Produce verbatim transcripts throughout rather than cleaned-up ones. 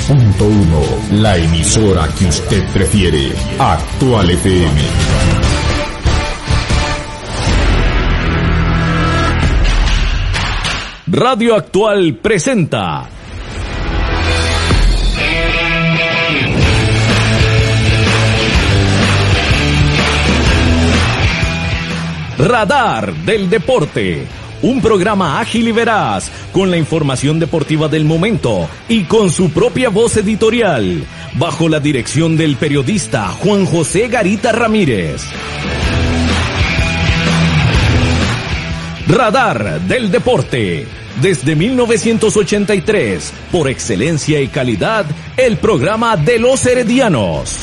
punto uno, la emisora que usted prefiere. Actual F M. Radio Actual presenta Radar del Deporte, un programa ágil y veraz, con la información deportiva del momento y con su propia voz editorial, bajo la dirección del periodista Juan José Garita Ramírez. Radar del Deporte, desde mil novecientos ochenta y tres, por excelencia y calidad, el programa de los heredianos.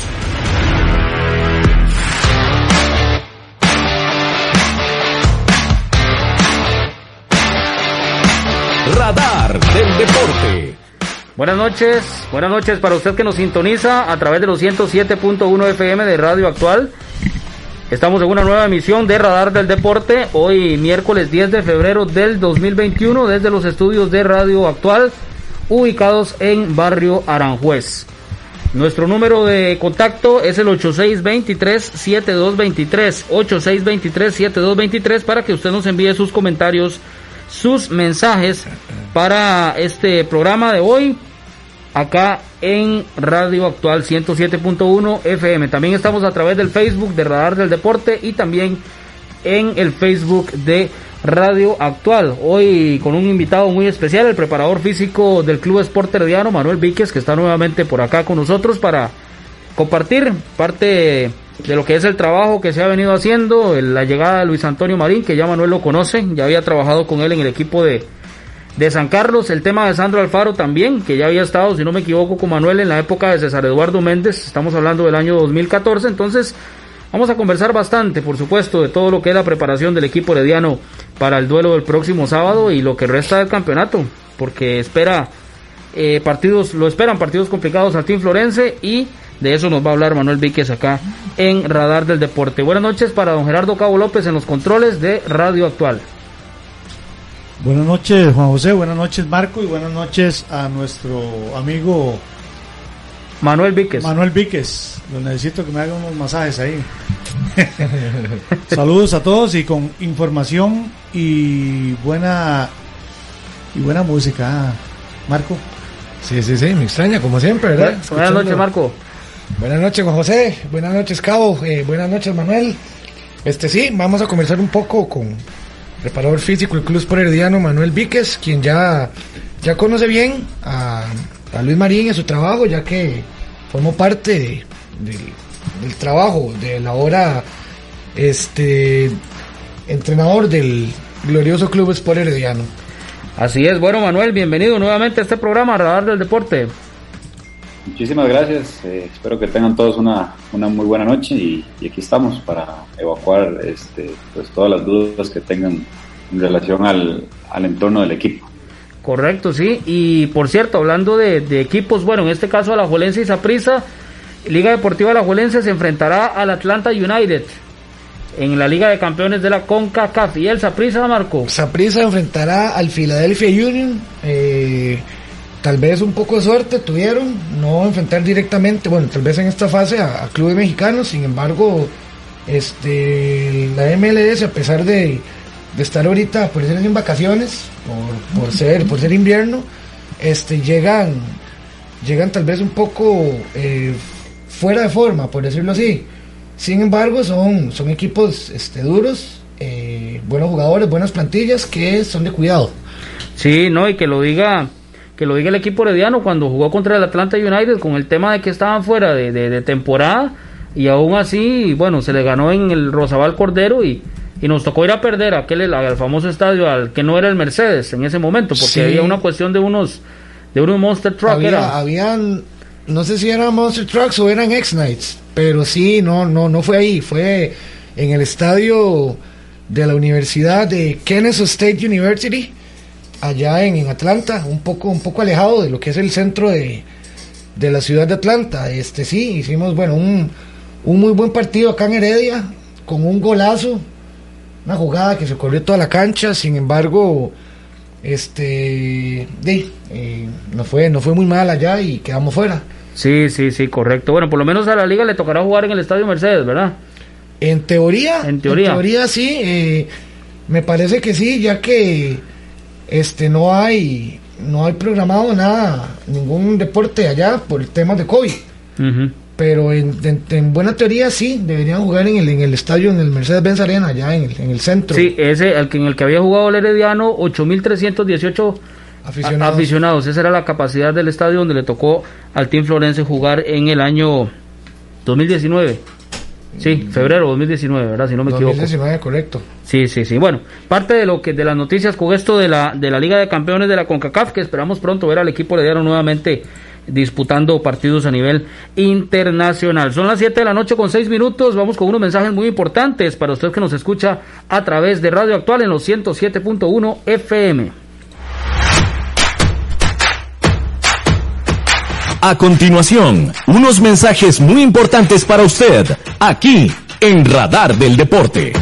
Radar del Deporte. Buenas noches, buenas noches para usted que nos sintoniza a través de los ciento siete punto uno F M de Radio Actual. Estamos en una nueva emisión de Radar del Deporte, hoy miércoles diez de febrero del dos mil veintiuno, desde los estudios de Radio Actual, ubicados en Barrio Aranjuez. Nuestro número de contacto es el ocho seis dos tres, siete dos dos tres, ocho seis dos tres, siete dos dos tres, para que usted nos envíe sus comentarios, sus mensajes para este programa de hoy, acá en Radio Actual ciento siete punto uno F M. También estamos a través del Facebook de Radar del Deporte y también en el Facebook de Radio Actual. Hoy con un invitado muy especial, el preparador físico del Club Sport Herediano, Manuel Víquez, que está nuevamente por acá con nosotros para compartir parte de lo que es el trabajo que se ha venido haciendo, la llegada de Luis Antonio Marín, que ya Manuel lo conoce, ya había trabajado con él en el equipo de de San Carlos, el tema de Sandro Alfaro también, que ya había estado, si no me equivoco, con Manuel en la época de César Eduardo Méndez, estamos hablando del año dos mil catorce, entonces vamos a conversar bastante, por supuesto, de todo lo que es la preparación del equipo herediano para el duelo del próximo sábado y lo que resta del campeonato, porque espera eh, partidos, lo esperan partidos complicados al Team Florense, y de eso nos va a hablar Manuel Víquez acá en Radar del Deporte. Buenas noches para don Gerardo Cabo López en los controles de Radio Actual. Buenas noches, Juan José, buenas noches, Marco, y buenas noches a nuestro amigo Manuel Víquez. Manuel Víquez, lo necesito que me haga unos masajes ahí. Saludos a todos y con información y buena y buena música, Marco. Sí, sí, sí, me extraña como siempre, ¿verdad? Buenas, buenas noches, Marco. Buenas noches, Juan José, buenas noches, Cabo, eh, buenas noches, Manuel. Este sí, vamos a conversar un poco con preparador físico del Club Sport Herediano, Manuel Víquez, quien ya, ya conoce bien a, a Luis Marín y su trabajo, ya que formó parte de, de, del trabajo del ahora este, entrenador del glorioso Club Sport Herediano. Así es, bueno, Manuel, bienvenido nuevamente a este programa Radar del Deporte. Muchísimas gracias, eh, espero que tengan todos una, una muy buena noche y, y aquí estamos para evacuar este, pues todas las dudas que tengan en relación al, al entorno del equipo. Correcto, sí, y por cierto, hablando de, de equipos, bueno, en este caso Alajuelense y Saprissa, Liga Deportiva Alajuelense se enfrentará al Atlanta United en la Liga de Campeones de la CONCACAF. ¿Y el Saprissa, Marco? Saprissa enfrentará al Philadelphia Union, eh... tal vez un poco de suerte tuvieron, no enfrentar directamente, bueno, tal vez en esta fase a, a clubes mexicanos. Sin embargo, este la M L S, a pesar de, de estar ahorita, por decir, en vacaciones, por, por ser por ser invierno, este llegan llegan tal vez un poco eh, fuera de forma, por decirlo así. Sin embargo, son, son equipos este, duros, eh, buenos jugadores, buenas plantillas que son de cuidado. Sí, no, y que lo diga... que lo diga el equipo herediano cuando jugó contra el Atlanta United, con el tema de que estaban fuera de, de, de temporada, y aún así, bueno, se le ganó en el Rosabal Cordero y, y nos tocó ir a perder aquel al famoso estadio al que no era el Mercedes en ese momento, porque sí, había una cuestión de unos de unos Monster Truck. Había, era. habían, no sé si eran Monster Trucks o eran X-Nights, pero sí, no, no, no fue ahí, fue en el estadio de la Universidad de Kennesaw State University, allá en, en Atlanta, un poco un poco alejado de lo que es el centro de, de la ciudad de Atlanta. Este sí, hicimos bueno un, un muy buen partido acá en Heredia, con un golazo, una jugada que se corrió toda la cancha. Sin embargo, este, de, eh, no fue, no fue muy mal allá y quedamos fuera. Sí, sí, sí, correcto. Bueno, por lo menos a la liga le tocará jugar en el Estadio Mercedes, ¿verdad? En teoría, en teoría, en teoría sí, eh, me parece que sí, ya que este no hay, no hay programado nada, ningún deporte allá por temas de COVID. Uh-huh. Pero en, en, en buena teoría sí, deberían jugar en el, en el estadio, en el Mercedes-Benz Arena, allá en el, en el centro. Sí, ese, el que, en el que había jugado el Herediano, ocho mil trescientos dieciocho aficionados. aficionados. Esa era la capacidad del estadio donde le tocó al Team Florense jugar en el año dos mil diecinueve. Sí, febrero de dos mil diecinueve, ¿verdad? Si no me equivoco. dos mil diecinueve, correcto. Sí, sí, sí. Bueno, parte de lo que de las noticias con esto de la de la Liga de Campeones de la CONCACAF, que esperamos pronto ver al equipo herediano nuevamente disputando partidos a nivel internacional. Son las siete de la noche con seis minutos. Vamos con unos mensajes muy importantes para usted que nos escucha a través de Radio Actual en los ciento siete punto uno F M. A continuación, unos mensajes muy importantes para usted, aquí en Radar del Deporte.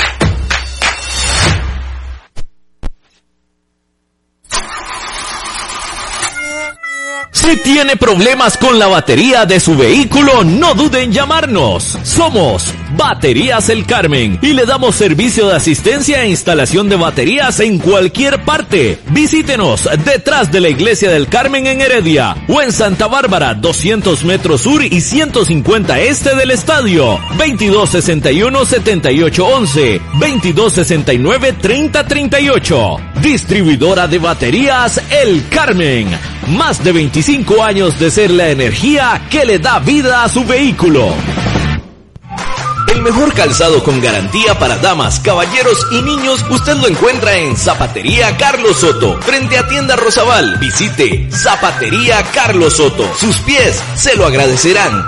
Si tiene problemas con la batería de su vehículo, no dude en llamarnos. Somos Baterías El Carmen y le damos servicio de asistencia e instalación de baterías en cualquier parte. Visítenos detrás de la Iglesia del Carmen en Heredia o en Santa Bárbara, doscientos metros sur y ciento cincuenta este del estadio. veintidós sesenta y uno, setenta y ocho once, veintidós sesenta y nueve, treinta treinta y ocho. Distribuidora de baterías El Carmen. Más de veinticinco años de ser la energía que le da vida a su vehículo. El mejor calzado con garantía para damas, caballeros y niños usted lo encuentra en Zapatería Carlos Soto, frente a Tienda Rosabal. Visite Zapatería Carlos Soto. Sus pies se lo agradecerán.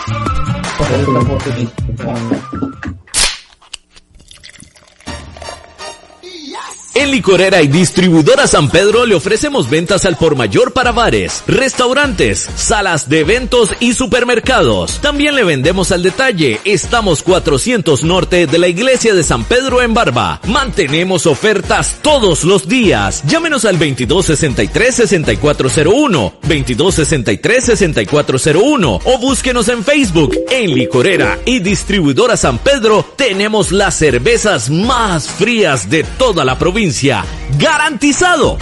En Licorera y Distribuidora San Pedro le ofrecemos ventas al por mayor para bares, restaurantes, salas de eventos y supermercados. También le vendemos al detalle. Estamos cuatrocientos norte de la Iglesia de San Pedro en Barba. Mantenemos ofertas todos los días. Llámenos al veintidós sesenta y tres, sesenta y cuatro cero uno, veintidós sesenta y tres, sesenta y cuatro cero uno o búsquenos en Facebook. En Licorera y Distribuidora San Pedro tenemos las cervezas más frías de toda la provincia. ¡Garantizado!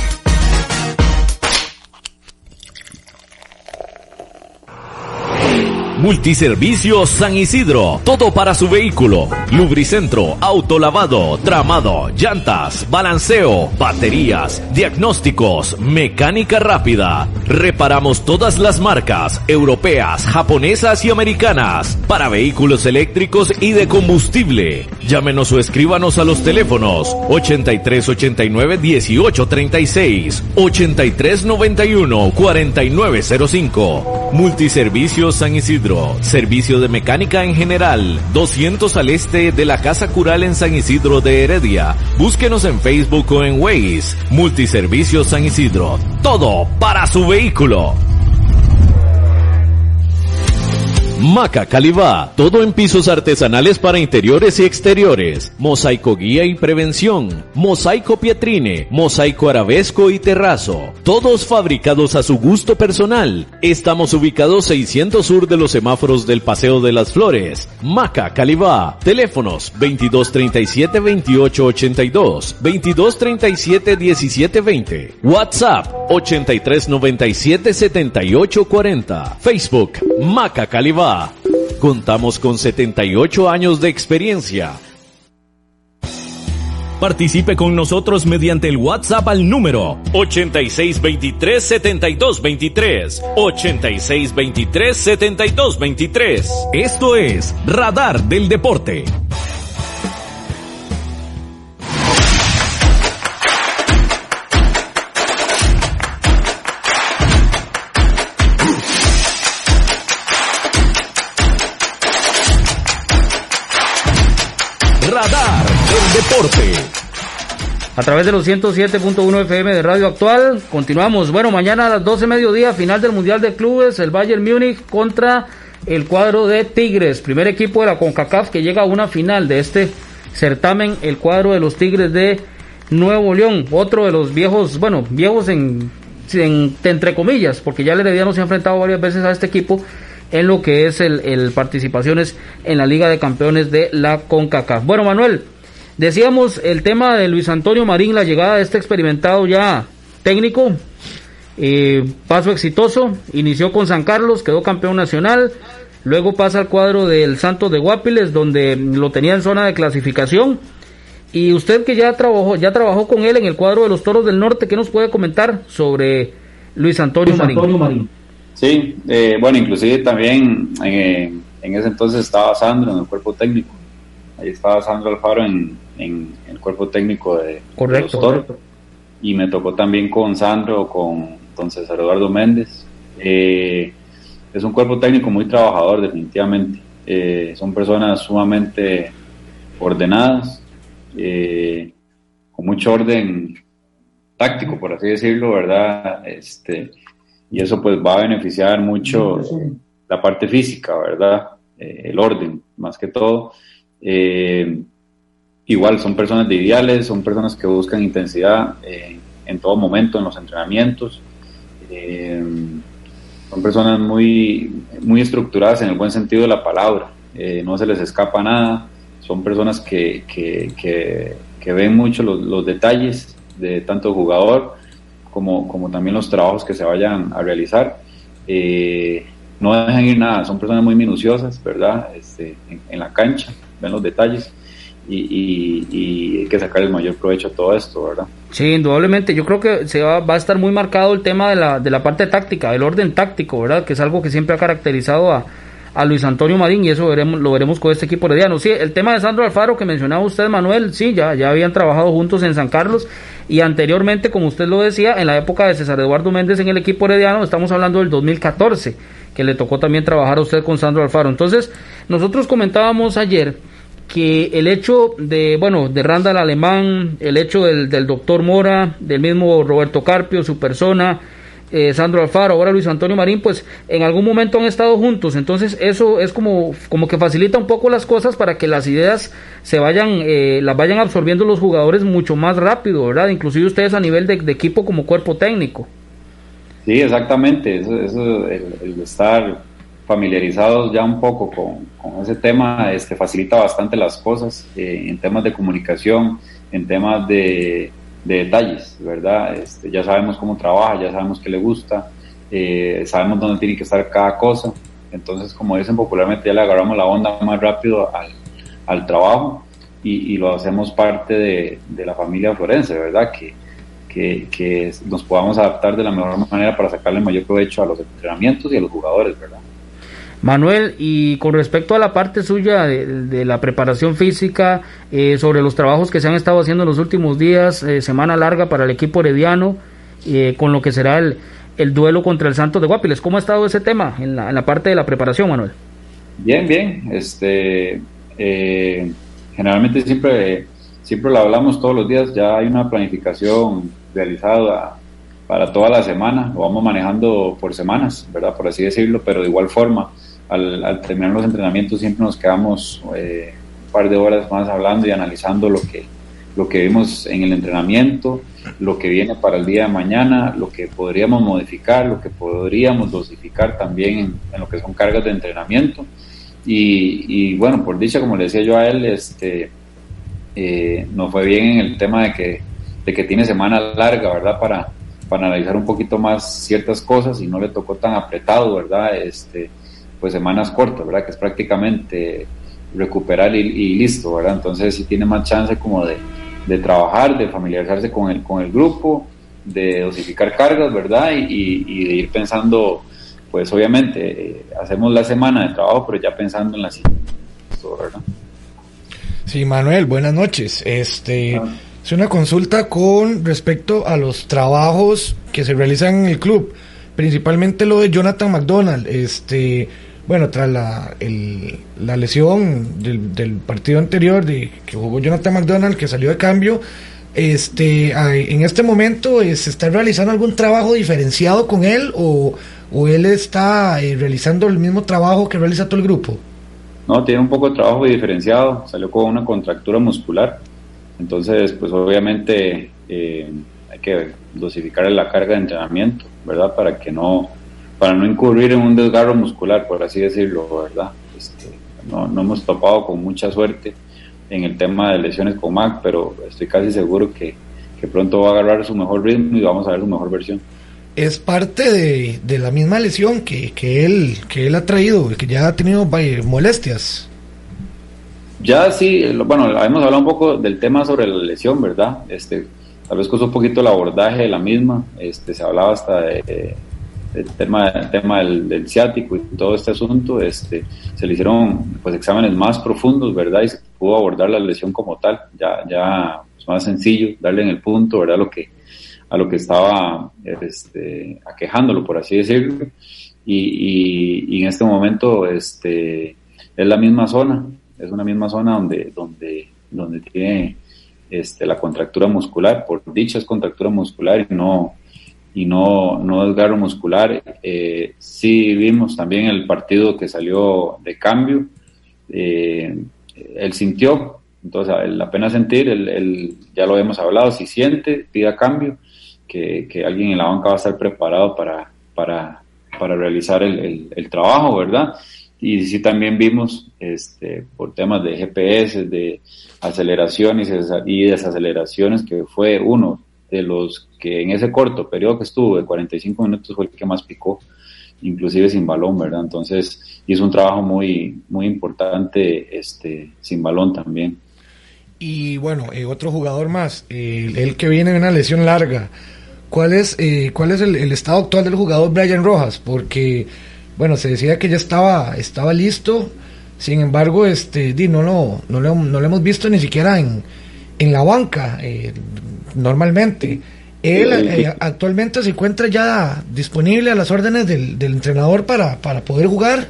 Multiservicios San Isidro, todo para su vehículo: lubricentro, autolavado, tramado, llantas, balanceo, baterías, diagnósticos, mecánica rápida. Reparamos todas las marcas europeas, japonesas y americanas para vehículos eléctricos y de combustible. Llámenos o escríbanos a los teléfonos ochenta y tres ochenta y nueve, dieciocho treinta y seis, ochenta y tres noventa y uno, cuarenta y nueve cero cinco. Multiservicios San Isidro. Servicio de mecánica en general, doscientos al este de la Casa Cural en San Isidro de Heredia. Búsquenos en Facebook o en Waze. Multiservicios San Isidro. Todo para su vehículo. Maca Calibá, todo en pisos artesanales para interiores y exteriores, mosaico guía y prevención, mosaico pietrine, mosaico arabesco y terrazo, todos fabricados a su gusto personal. Estamos ubicados seiscientos sur de los semáforos del Paseo de las Flores. Maca Calibá, teléfonos veintidós treinta y siete, veintiocho ochenta y dos, veintidós treinta y siete, diecisiete veinte, WhatsApp ochenta y tres noventa y siete, setenta y ocho cuarenta, Facebook Maca Calibá. Contamos con setenta y ocho años de experiencia. Participe con nosotros mediante el WhatsApp al número ochenta y seis veintitrés, setenta y dos veintitrés, ochenta y seis veintitrés, setenta y dos veintitrés. Esto es Radar del Deporte. Radar del Deporte. A través de los ciento siete punto uno F M de Radio Actual, continuamos. Bueno, mañana a las doce mediodía, final del Mundial de Clubes, el Bayern Múnich contra el cuadro de Tigres, primer equipo de la CONCACAF que llega a una final de este certamen, el cuadro de los Tigres de Nuevo León, otro de los viejos, bueno, viejos en, en entre comillas, porque ya el Herediano se ha enfrentado varias veces a este equipo en lo que es el, el participaciones en la Liga de Campeones de la CONCACAF. Bueno, Manuel, decíamos el tema de Luis Antonio Marín, la llegada de este experimentado ya técnico, eh, paso exitoso, inició con San Carlos, quedó campeón nacional, luego pasa al cuadro del Santos de Guapiles, donde lo tenía en zona de clasificación, y usted que ya trabajó, ya trabajó con él en el cuadro de los Toros del Norte, ¿qué nos puede comentar sobre Luis Antonio, Luis Antonio Marín? Marín? Sí, eh, bueno, inclusive también eh, en ese entonces estaba Sandro en el cuerpo técnico. Ahí estaba Sandro Alfaro en, en, en el cuerpo técnico de, correcto, de los Toros. Correcto. Y me tocó también con Sandro, con don César Eduardo Méndez. Eh, es un cuerpo técnico muy trabajador, definitivamente. Eh, son personas sumamente ordenadas, eh, con mucho orden táctico, por así decirlo, ¿verdad? Este... y eso pues va a beneficiar mucho la parte física, ¿verdad? Eh, el orden, más que todo. Eh, igual son personas de ideales, son personas que buscan intensidad eh, en todo momento en los entrenamientos. Eh, son personas muy, muy estructuradas en el buen sentido de la palabra. Eh, no se les escapa nada. Son personas que, que, que, que ven mucho los, los detalles de tanto jugador Como, como también los trabajos que se vayan a realizar. Eh, no dejan ir nada, son personas muy minuciosas, ¿verdad? Este, en, en la cancha, ven los detalles y, y, y hay que sacar el mayor provecho a todo esto, ¿verdad? Sí, indudablemente, yo creo que se va, va a estar muy marcado el tema de la, de la parte táctica, del orden táctico, ¿verdad? Que es algo que siempre ha caracterizado a, a Luis Antonio Marín, y eso veremos, lo veremos con este equipo herediano. Sí, el tema de Sandro Alfaro que mencionaba usted, Manuel, sí, ya, ya habían trabajado juntos en San Carlos, y anteriormente, como usted lo decía, en la época de César Eduardo Méndez en el equipo herediano, estamos hablando del dos mil catorce, que le tocó también trabajar a usted con Sandro Alfaro. Entonces, nosotros comentábamos ayer que el hecho de, bueno, de Randall Alemán, el hecho del, del doctor Mora, del mismo Roberto Carpio, su persona, eh, Sandro Alfaro, ahora Luis Antonio Marín, pues en algún momento han estado juntos, entonces eso es como, como que facilita un poco las cosas para que las ideas se vayan, eh, las vayan absorbiendo los jugadores mucho más rápido, ¿verdad? Inclusive ustedes a nivel de, de equipo como cuerpo técnico. Sí, exactamente, eso, eso el, el estar familiarizados ya un poco con, con ese tema este, facilita bastante las cosas eh, en temas de comunicación, en temas de, de detalles, ¿verdad? Este, ya sabemos cómo trabaja, ya sabemos qué le gusta, eh, sabemos dónde tiene que estar cada cosa, entonces como dicen popularmente ya le agarramos la onda más rápido al, al trabajo y, y lo hacemos parte de, de la familia forense, ¿verdad? Que, que, que nos podamos adaptar de la mejor manera para sacarle el mayor provecho a los entrenamientos y a los jugadores, ¿verdad? Manuel, y con respecto a la parte suya de, de la preparación física, eh, sobre los trabajos que se han estado haciendo en los últimos días, eh, semana larga para el equipo herediano, eh, con lo que será el, el duelo contra el Santos de Guapiles, ¿cómo ha estado ese tema en la, en la parte de la preparación, Manuel? Bien, bien, este, eh, generalmente siempre, siempre lo hablamos todos los días, ya hay una planificación realizada para toda la semana, lo vamos manejando por semanas, ¿verdad? Por así decirlo, pero de igual forma, Al, al terminar los entrenamientos siempre nos quedamos eh, un par de horas más hablando y analizando lo que, lo que vimos en el entrenamiento, lo que viene para el día de mañana, lo que podríamos modificar, lo que podríamos dosificar también en, en lo que son cargas de entrenamiento. Y, y bueno, por dicha, como le decía yo a él, este, eh, nos fue bien en el tema de que, de que tiene semana larga, ¿verdad? Para, para analizar un poquito más ciertas cosas y no le tocó tan apretado, ¿verdad? Este, pues semanas cortas, ¿verdad? Que es prácticamente recuperar y, y listo, ¿verdad? Entonces sí tiene más chance como de, de trabajar, de familiarizarse con el, con el grupo, de dosificar cargas, ¿verdad? Y, y, y de ir pensando, pues obviamente, eh, hacemos la semana de trabajo, pero ya pensando en la siguiente, ¿verdad? Sí, Manuel, buenas noches. Este, ah. es una consulta con respecto a los trabajos que se realizan en el club, principalmente lo de Jonathan McDonald, este... Bueno, tras la, el, la lesión del, del partido anterior de que jugó Jonathan McDonald, que salió de cambio, este, en este momento ¿se está realizando algún trabajo diferenciado con él o, o él está eh, realizando el mismo trabajo que realiza todo el grupo? No, tiene un poco de trabajo diferenciado, salió con una contractura muscular, Entonces, pues obviamente eh, hay que dosificar la carga de entrenamiento, ¿verdad? Para que no, para no incurrir en un desgarro muscular, por así decirlo, ¿verdad? Este, no, no hemos topado con mucha suerte en el tema de lesiones con Mac, pero estoy casi seguro que, que pronto va a agarrar su mejor ritmo y vamos a ver su mejor versión. Es parte de, de la misma lesión que, que, él, que él ha traído, que ya ha tenido vaya, molestias. Ya sí, bueno, hemos hablado un poco del tema sobre la lesión, ¿verdad? Este, tal vez costó un poquito el abordaje de la misma, este, se hablaba hasta de, del tema, el tema del, del ciático y todo este asunto, este, se le hicieron pues exámenes más profundos, ¿verdad? Y se pudo abordar la lesión como tal, ya, ya es más sencillo darle en el punto, ¿verdad? Lo que, a lo que estaba este, aquejándolo, por así decirlo, y, y, y en este momento este, es la misma zona. Es una misma zona donde, donde, donde tiene este, la contractura muscular, por dicha es contractura muscular y no, y no, no desgarro muscular. Eh, sí vimos también el partido que salió de cambio, eh, él sintió, entonces el apenas sentir, él, él, ya lo hemos hablado, si siente, pida cambio, que, que alguien en la banca va a estar preparado para, para, para realizar el, el, el trabajo, ¿verdad? Y sí también vimos, este, por temas de G P S, de aceleraciones y desaceleraciones, que fue uno de los que en ese corto periodo que estuvo de cuarenta y cinco minutos fue el que más picó, inclusive sin balón, ¿verdad? Entonces hizo un trabajo muy, muy importante, este, sin balón también. Y bueno, eh, otro jugador más, eh, el que viene de una lesión larga. ¿Cuál es, eh, cuál es el, el estado actual del jugador Brian Rojas? Porque bueno, se decía que ya estaba estaba listo, sin embargo, este, di, no lo no lo, no lo hemos visto ni siquiera en, en la banca, eh, normalmente. Él eh, actualmente se encuentra ya disponible a las órdenes del, del entrenador para, para poder jugar.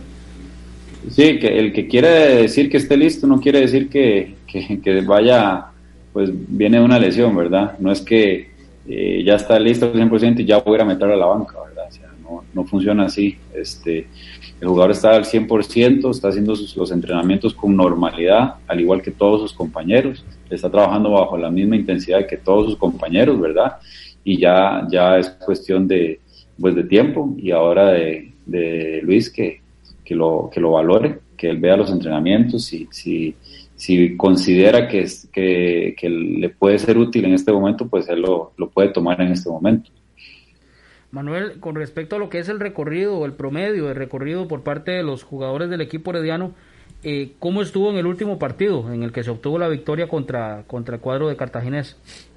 Sí, que el que quiere decir que esté listo no quiere decir que, que, que vaya, pues viene de una lesión, ¿verdad? No es que eh, ya está listo al cien por ciento y ya voy a meterlo a la banca, ¿verdad? O sea, no, no funciona así. Este, el jugador está al cien por ciento, está haciendo sus, los entrenamientos con normalidad, al igual que todos sus compañeros, está trabajando bajo la misma intensidad que todos sus compañeros, ¿verdad? Y ya, ya es cuestión de, pues de tiempo y ahora de, de Luis que, que lo, que lo valore, que él vea los entrenamientos y si, si considera que, es, que, que le puede ser útil en este momento, pues él lo, lo puede tomar en este momento. Manuel, con respecto a lo que es el recorrido o el promedio de recorrido por parte de los jugadores del equipo herediano, eh, ¿cómo estuvo en el último partido en el que se obtuvo la victoria contra, contra el cuadro de Cartaginés?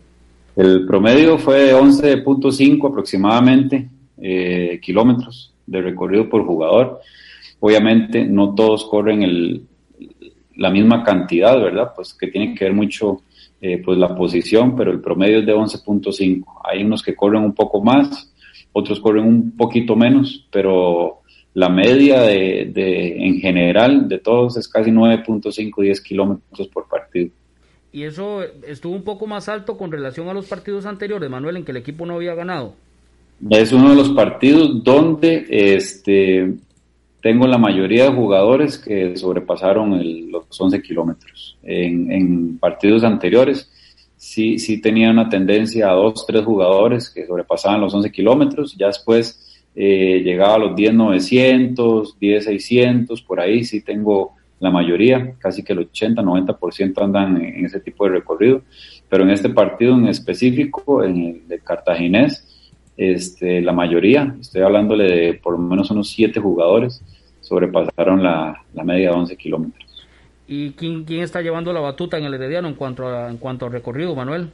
El promedio fue de once punto cinco aproximadamente eh, kilómetros de recorrido por jugador. Obviamente no todos corren el, la misma cantidad, ¿verdad? Pues que tiene que ver mucho eh, pues la posición, pero el promedio es de once punto cinco. Hay unos que corren un poco más, otros corren un poquito menos, pero la media de, de en general de todos es casi nueve punto cinco, diez kilómetros por partido. Y eso estuvo un poco más alto con relación a los partidos anteriores, Manuel, en que el equipo no había ganado. Es uno de los partidos donde este tengo la mayoría de jugadores que sobrepasaron el, los once kilómetros. En, en partidos anteriores sí, sí tenía una tendencia a dos, tres jugadores que sobrepasaban los once kilómetros, ya después eh, llegaba a los diez novecientos, diez seiscientos, por ahí sí tengo la mayoría, casi que el ochenta, noventa por ciento andan en, en ese tipo de recorrido, pero en este partido en específico, en el de Cartaginés, este, la mayoría, estoy hablándole de por lo menos unos siete jugadores, sobrepasaron la, la media de once kilómetros. ¿Y quién, quién está llevando la batuta en el Herediano en cuanto a, en cuanto al recorrido, Manuel?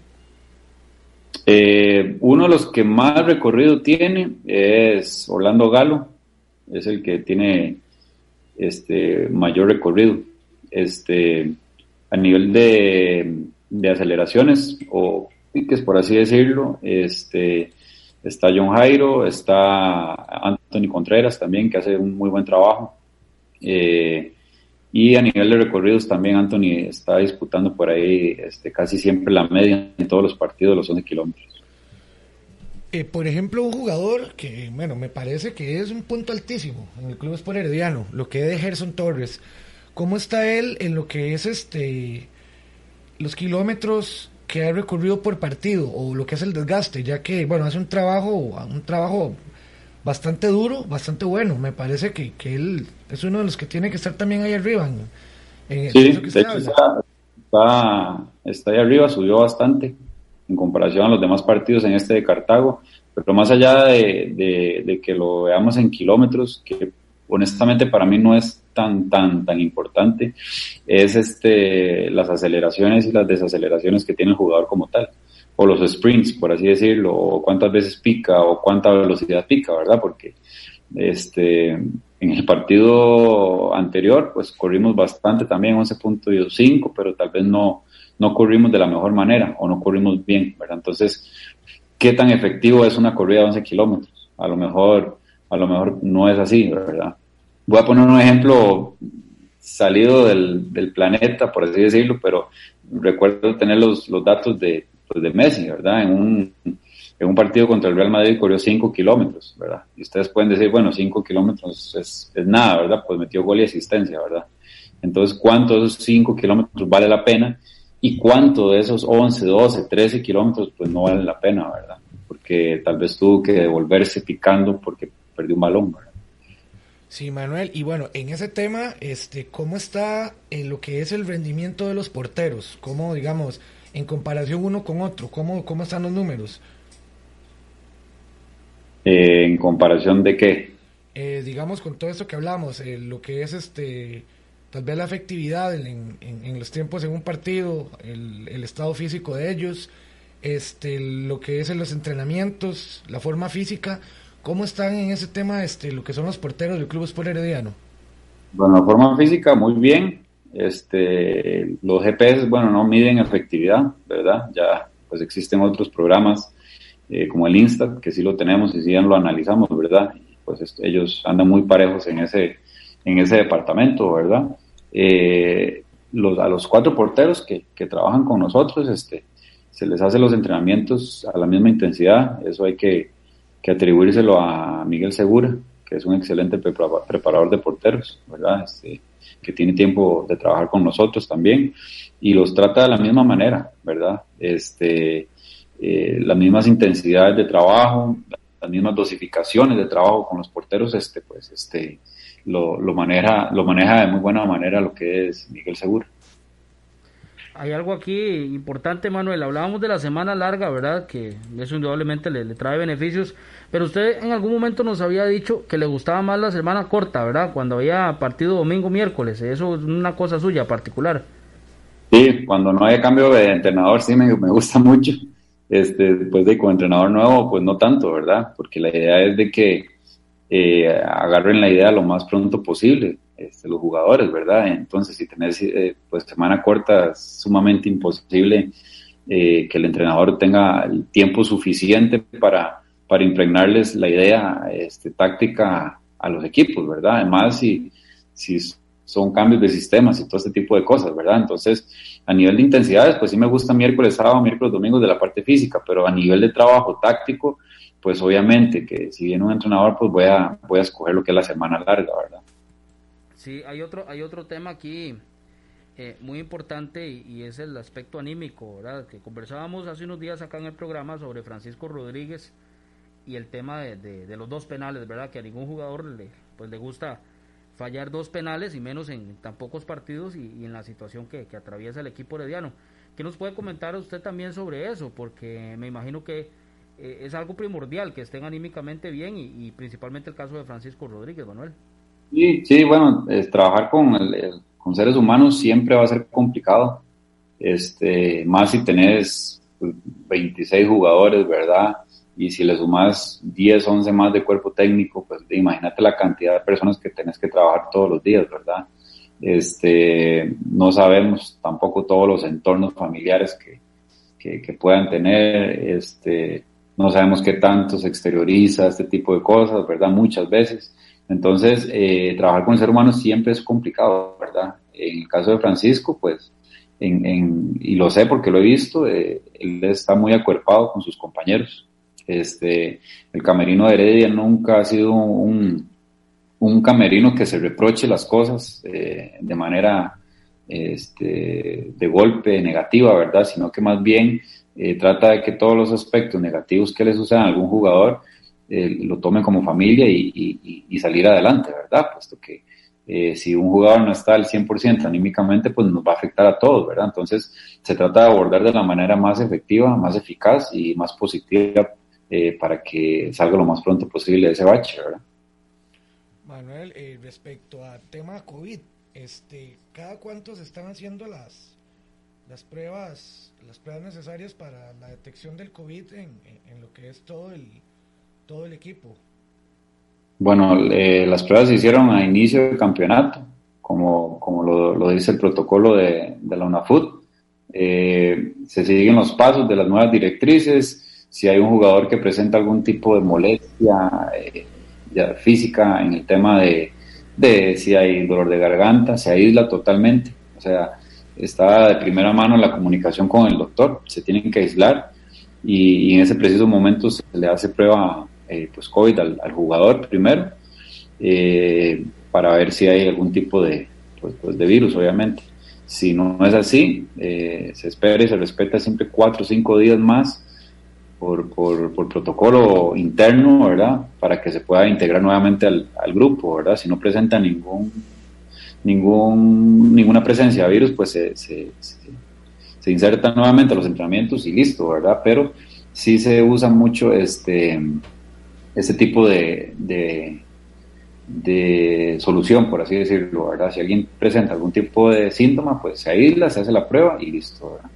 Eh, uno de los que más recorrido tiene es Orlando Galo, es el que tiene este mayor recorrido. Este, a nivel de, de aceleraciones o piques, por así decirlo, este está John Jairo, está Anthony Contreras también, que hace un muy buen trabajo. Eh, y a nivel de recorridos también Anthony está disputando por ahí este, casi siempre la media en todos los partidos de los once kilómetros. Eh, por ejemplo, un jugador que, bueno, me parece que es un punto altísimo en el Club Sport Herediano, lo que es de Gerson Torres. ¿Cómo está él en lo que es este los kilómetros que ha recorrido por partido o lo que es el desgaste, ya que, bueno, hace un trabajo, un trabajo bastante duro, bastante bueno. Me parece que, que él es uno de los que tiene que estar también ahí arriba. En, en sí, eso que de hecho está, está, está ahí arriba, subió bastante en comparación a los demás partidos en este de Cartago, pero más allá de, de, de que lo veamos en kilómetros, que honestamente para mí no es tan tan tan importante, es este las aceleraciones y las desaceleraciones que tiene el jugador como tal, o los sprints, por así decirlo, o cuántas veces pica o cuánta velocidad pica, ¿verdad? Porque este en el partido anterior pues corrimos bastante también, once punto cinco, pero tal vez no no corrimos de la mejor manera o no corrimos bien, ¿verdad? Entonces, ¿qué tan efectivo es una corrida de once kilómetros? A lo mejor a lo mejor no es así, ¿verdad? Voy a poner un ejemplo salido del, del planeta, por así decirlo, pero recuerdo tener los, los datos de, pues de Messi, ¿verdad? En un, en un partido contra el Real Madrid corrió cinco kilómetros, ¿verdad? Y ustedes pueden decir, bueno, cinco kilómetros es, es nada, ¿verdad? Pues metió gol y asistencia, ¿verdad? Entonces, ¿cuánto de esos cinco kilómetros vale la pena? ¿Y cuánto de esos once, doce, trece kilómetros pues no valen la pena, ¿verdad? Porque tal vez tuvo que devolverse picando porque perdió un balón, ¿verdad? Sí, Manuel, y bueno, en ese tema, este, ¿cómo está en lo que es el rendimiento de los porteros? ¿Cómo, digamos, en comparación uno con otro, cómo, cómo están los números? Eh, ¿En comparación de qué? Eh, digamos, con todo esto que hablamos, eh, lo que es, este, tal vez la efectividad en, en, en los tiempos en un partido, el, el estado físico de ellos, este, lo que es en los entrenamientos, la forma física. ¿Cómo están en ese tema este, lo que son los porteros del Club Sport Herediano? Bueno, la forma física muy bien. Este, los G P S, bueno, no miden efectividad, ¿verdad? Ya pues existen otros programas eh, como el Instat, que sí lo tenemos y sí lo analizamos, ¿verdad? Y pues esto, ellos andan muy parejos en ese, en ese departamento, ¿verdad? Eh, los, a los cuatro porteros que, que trabajan con nosotros, este, se les hace los entrenamientos a la misma intensidad. Eso hay que que atribuírselo a Miguel Segura, que es un excelente preparador de porteros, ¿verdad? Este, que tiene tiempo de trabajar con nosotros también, y los trata de la misma manera, ¿verdad? Este, eh, las mismas intensidades de trabajo, las mismas dosificaciones de trabajo con los porteros, este, pues, este, lo, lo maneja, lo maneja de muy buena manera lo que es Miguel Segura. Hay algo aquí importante, Manuel. Hablábamos de la semana larga, ¿verdad? Que eso indudablemente le, le trae beneficios. Pero usted en algún momento nos había dicho que le gustaba más la semana corta, ¿verdad? Cuando había partido domingo, miércoles. Eso es una cosa suya particular. Sí, cuando no hay cambio de entrenador sí me, me gusta mucho. Este, después de con entrenador nuevo, pues no tanto, ¿verdad? Porque la idea es de que eh, agarren la idea lo más pronto posible. Este, los jugadores, ¿verdad? Entonces, si tenés eh, pues semana corta, es sumamente imposible eh, que el entrenador tenga el tiempo suficiente para, para impregnarles la idea este, táctica a los equipos, ¿verdad? Además, si, si son cambios de sistemas y todo este tipo de cosas, ¿verdad? Entonces, a nivel de intensidades, pues sí me gusta miércoles, sábado, miércoles, domingos de la parte física, pero a nivel de trabajo táctico, pues obviamente que si viene un entrenador, pues voy a, voy a escoger lo que es la semana larga, ¿verdad? Sí, hay otro, hay otro tema aquí eh, muy importante y, y es el aspecto anímico, ¿verdad? Que conversábamos hace unos días acá en el programa sobre Francisco Rodríguez y el tema de, de, de los dos penales, ¿verdad? Que a ningún jugador le, pues le gusta fallar dos penales y menos en tan pocos partidos y, y en la situación que, que atraviesa el equipo herediano. ¿Qué nos puede comentar usted también sobre eso? Porque me imagino que eh, es algo primordial que estén anímicamente bien y, y principalmente el caso de Francisco Rodríguez, Manuel. Sí, sí, bueno, es, trabajar con, el, el, con seres humanos siempre va a ser complicado, este, más si tenés pues, veintiséis jugadores, ¿verdad? Y si le sumas diez, once más de cuerpo técnico, pues imagínate la cantidad de personas que tenés que trabajar todos los días, ¿verdad? Este, no sabemos tampoco todos los entornos familiares que, que, que puedan tener, este, no sabemos qué tanto se exterioriza este tipo de cosas, ¿verdad? Muchas veces. Entonces, eh, trabajar con el ser humano siempre es complicado, ¿verdad? En el caso de Francisco, pues, en, en, y lo sé porque lo he visto, eh, él está muy acuerpado con sus compañeros. Este, el camerino de Heredia nunca ha sido un, un camerino que se reproche las cosas eh, de manera este, de golpe negativa, ¿verdad? Sino que más bien eh, trata de que todos los aspectos negativos que le sucedan a algún jugador eh, lo tomen como familia y, y, y salir adelante, ¿verdad? Puesto que eh, si un jugador no está al cien por ciento anímicamente, pues nos va a afectar a todos, ¿verdad? Entonces se trata de abordar de la manera más efectiva, más eficaz y más positiva eh, para que salga lo más pronto posible de ese bache, ¿verdad? Manuel, eh, respecto al tema COVID, este, ¿cada cuánto se están haciendo las las pruebas las pruebas necesarias para la detección del COVID en, en, en lo que es todo el todo el equipo? Bueno, eh, las pruebas se hicieron a inicio del campeonato, como, como lo, lo dice el protocolo de, de la UNAFUT. Eh, se siguen los pasos de las nuevas directrices. Si hay un jugador que presenta algún tipo de molestia eh, ya física en el tema de, de si hay dolor de garganta, se aísla totalmente. O sea, está de primera mano la comunicación con el doctor, se tienen que aislar y, y en ese preciso momento se le hace prueba eh, pues COVID al, al jugador primero eh, para ver si hay algún tipo de, pues, pues de virus, obviamente. Si no es así, eh, se espera y se respeta siempre cuatro o cinco días más por, por, por protocolo interno, ¿verdad? Para que se pueda integrar nuevamente al, al grupo, ¿verdad? Si no presenta ningún ningún ninguna presencia de virus, pues se, se, se, se inserta nuevamente a los entrenamientos y listo, ¿verdad? Pero sí se usa mucho este este tipo de, de de solución, por así decirlo, ¿verdad? Si alguien presenta algún tipo de síntoma, pues se aísla, se hace la prueba y listo, ¿verdad?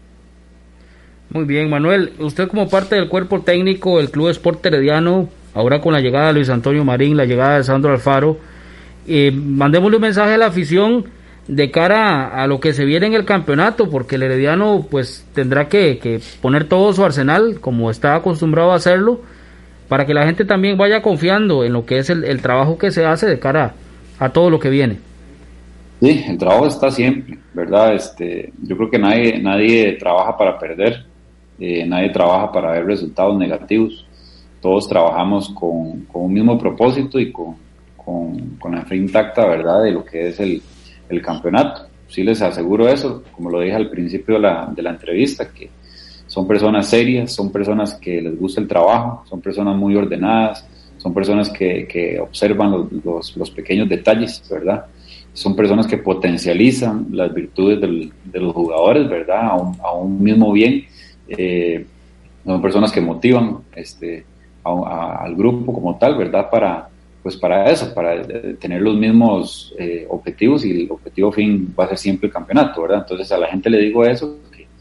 Muy bien, Manuel, usted como parte del cuerpo técnico del Club Sport Herediano, ahora con la llegada de Luis Antonio Marín, la llegada de Sandro Alfaro, eh, mandémosle un mensaje a la afición de cara a, a lo que se viene en el campeonato, porque el Herediano pues tendrá que, que poner todo su arsenal, como está acostumbrado a hacerlo, para que la gente también vaya confiando en lo que es el, el trabajo que se hace de cara a todo lo que viene. Sí, el trabajo está siempre, ¿verdad? Este, yo creo que nadie, nadie trabaja para perder, eh, nadie trabaja para ver resultados negativos, todos trabajamos con, con un mismo propósito y con, con, con la fe intacta, ¿verdad?, de lo que es el, el campeonato. Sí les aseguro eso, como lo dije al principio de la, de la entrevista, que son personas serias, son personas que les gusta el trabajo, son personas muy ordenadas, son personas que, que observan los, los, los pequeños detalles, ¿verdad? Son personas que potencializan las virtudes del, de los jugadores, ¿verdad? A un, a un mismo bien. Eh, son personas que motivan este, a, a, al grupo como tal, ¿verdad? Para, pues para eso, para tener los mismos eh, objetivos, y el objetivo fin va a ser siempre el campeonato, ¿verdad? Entonces a la gente le digo eso,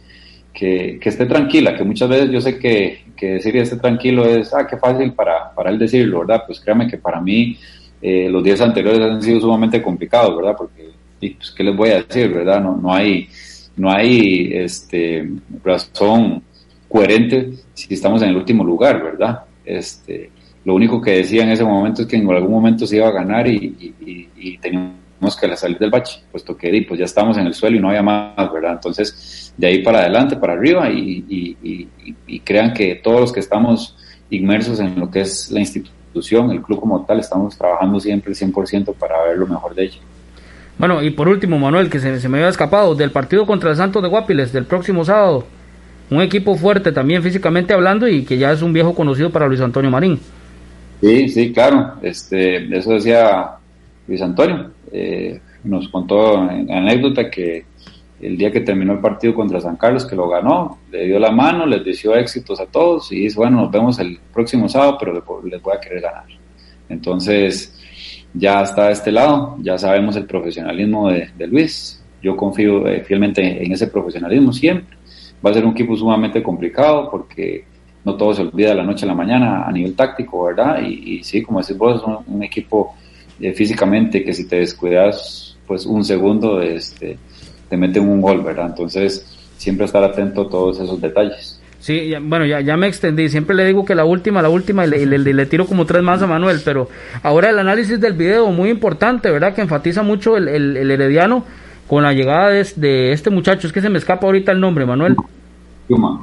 Que, que esté tranquila, que muchas veces yo sé que, que decir esté tranquilo es, ah, qué fácil para, para él decirlo, ¿verdad? Pues créame que para mí eh, los días anteriores han sido sumamente complicados, ¿verdad? Porque, y, pues, ¿qué les voy a decir, verdad? No, no hay, no hay este, razón coherente si estamos en el último lugar, ¿verdad? Este, lo único que decía en ese momento es que en algún momento se iba a ganar y, y, y, y teníamos que salir del bache, puesto que pues ya estamos en el suelo y no había más, ¿verdad? Entonces, de ahí para adelante, para arriba, y, y, y, y crean que todos los que estamos inmersos en lo que es la institución, el club como tal, estamos trabajando siempre el cien por ciento para ver lo mejor de ella. Bueno, y por último, Manuel, que se, se me había escapado, del partido contra el Santos de Guapiles, del próximo sábado, un equipo fuerte también físicamente hablando y que ya es un viejo conocido para Luis Antonio Marín. Sí, sí, claro, este, eso decía Luis Antonio, eh, nos contó en anécdota que el día que terminó el partido contra San Carlos, que lo ganó, le dio la mano, les deseó éxitos a todos y dice, bueno, nos vemos el próximo sábado, pero les voy a querer ganar. Entonces, ya está de este lado, ya sabemos el profesionalismo de, de Luis, yo confío eh, fielmente en ese profesionalismo siempre. Va a ser un equipo sumamente complicado porque no todo se olvida de la noche a la mañana a nivel táctico, ¿verdad? Y, y sí, como decís vos, es un, un equipo eh, físicamente que si te descuidas, pues un segundo, este te meten un gol, ¿verdad? Entonces, siempre estar atento a todos esos detalles. Sí, ya, bueno, ya, ya me extendí, siempre le digo que la última, la última, y le, y le, le tiro como tres más a Manuel, pero ahora el análisis del video, muy importante, ¿verdad? Que enfatiza mucho el, el, el herediano con la llegada de, de este muchacho, es que se me escapa ahorita el nombre, Manuel. Schumann.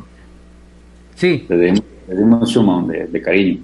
Sí. Le dimos, le dimos Schumann de, de cariño.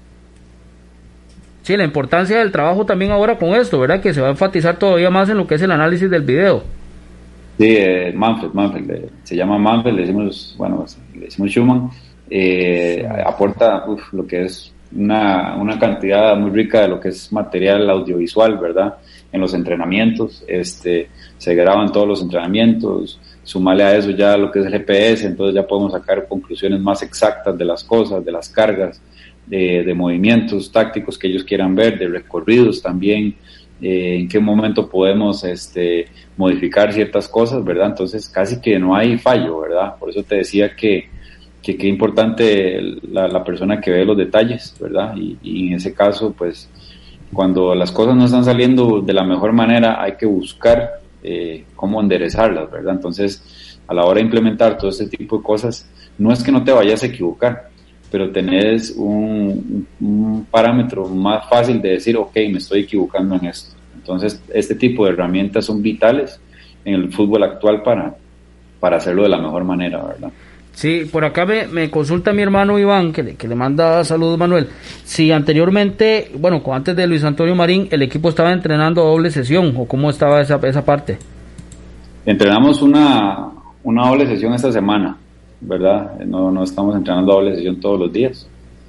Sí, la importancia del trabajo también ahora con esto, ¿verdad? Que se va a enfatizar todavía más en lo que es el análisis del video. Sí, eh, Manfred, Manfred, eh, se llama Manfred, le decimos, bueno, le decimos Schumann, eh, aporta uf, lo que es una, una cantidad muy rica de lo que es material audiovisual, ¿verdad? En los entrenamientos, este, se graban todos los entrenamientos, sumarle a eso ya lo que es el G P S, entonces ya podemos sacar conclusiones más exactas de las cosas, de las cargas, de, de movimientos tácticos que ellos quieran ver, de recorridos también, eh, en qué momento podemos este, modificar ciertas cosas, ¿verdad? Entonces casi que no hay fallo, ¿verdad? Por eso te decía que que qué importante la, la persona que ve los detalles, ¿verdad? Y, y en ese caso, pues, cuando las cosas no están saliendo de la mejor manera, hay que buscar eh, cómo enderezarlas, ¿verdad? Entonces, a la hora de implementar todo este tipo de cosas, no es que no te vayas a equivocar, pero tenés un, un parámetro más fácil de decir, ok, me estoy equivocando en esto. Entonces, este tipo de herramientas son vitales en el fútbol actual para, para hacerlo de la mejor manera, ¿verdad? Sí, por acá me, me consulta mi hermano Iván, que le, que le manda saludos, Manuel. Si anteriormente, bueno, antes de Luis Antonio Marín, el equipo estaba entrenando a doble sesión, o cómo estaba esa, esa parte. Entrenamos una, una doble sesión esta semana, ¿verdad? No, no estamos entrenando a doble sesión todos los días,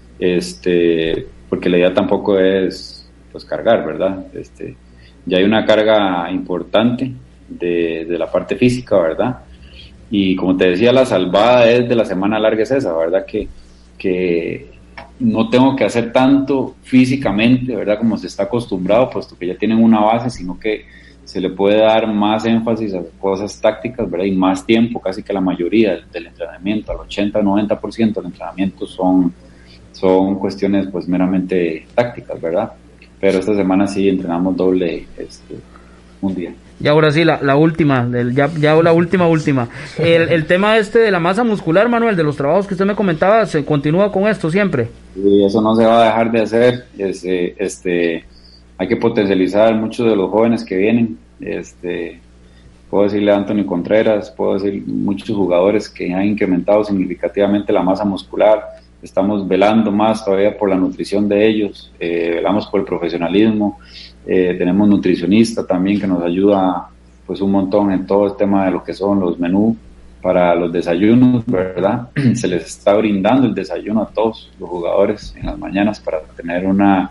este, porque la idea tampoco es, pues, cargar, ¿verdad? Este, ya hay una carga importante de, de la parte física, ¿verdad? Y como te decía, la salvada es de la semana larga es esa, ¿verdad? Que, que no tengo que hacer tanto físicamente, ¿verdad? Como se está acostumbrado, puesto que ya tienen una base, sino que se le puede dar más énfasis a cosas tácticas, ¿verdad? Y más tiempo, casi que la mayoría del, del entrenamiento, al ochenta o noventa por ciento del entrenamiento son, son cuestiones pues meramente tácticas, ¿verdad? Pero esta semana sí entrenamos doble este, un día. Y ahora sí, la, la última, del, ya, ya la última, última. El, el tema este de la masa muscular, Manuel, de los trabajos que usted me comentaba, ¿se continúa con esto siempre? Sí, eso no se va a dejar de hacer. Este, este, hay que potencializar muchos de los jóvenes que vienen. Este, puedo decirle a Anthony Contreras, puedo decir muchos jugadores que han incrementado significativamente la masa muscular. Estamos velando más todavía por la nutrición de ellos, eh, velamos por el profesionalismo. Eh, tenemos nutricionista también que nos ayuda pues un montón en todo el tema de lo que son los menús para los desayunos, ¿verdad? Se les está brindando el desayuno a todos los jugadores en las mañanas para tener una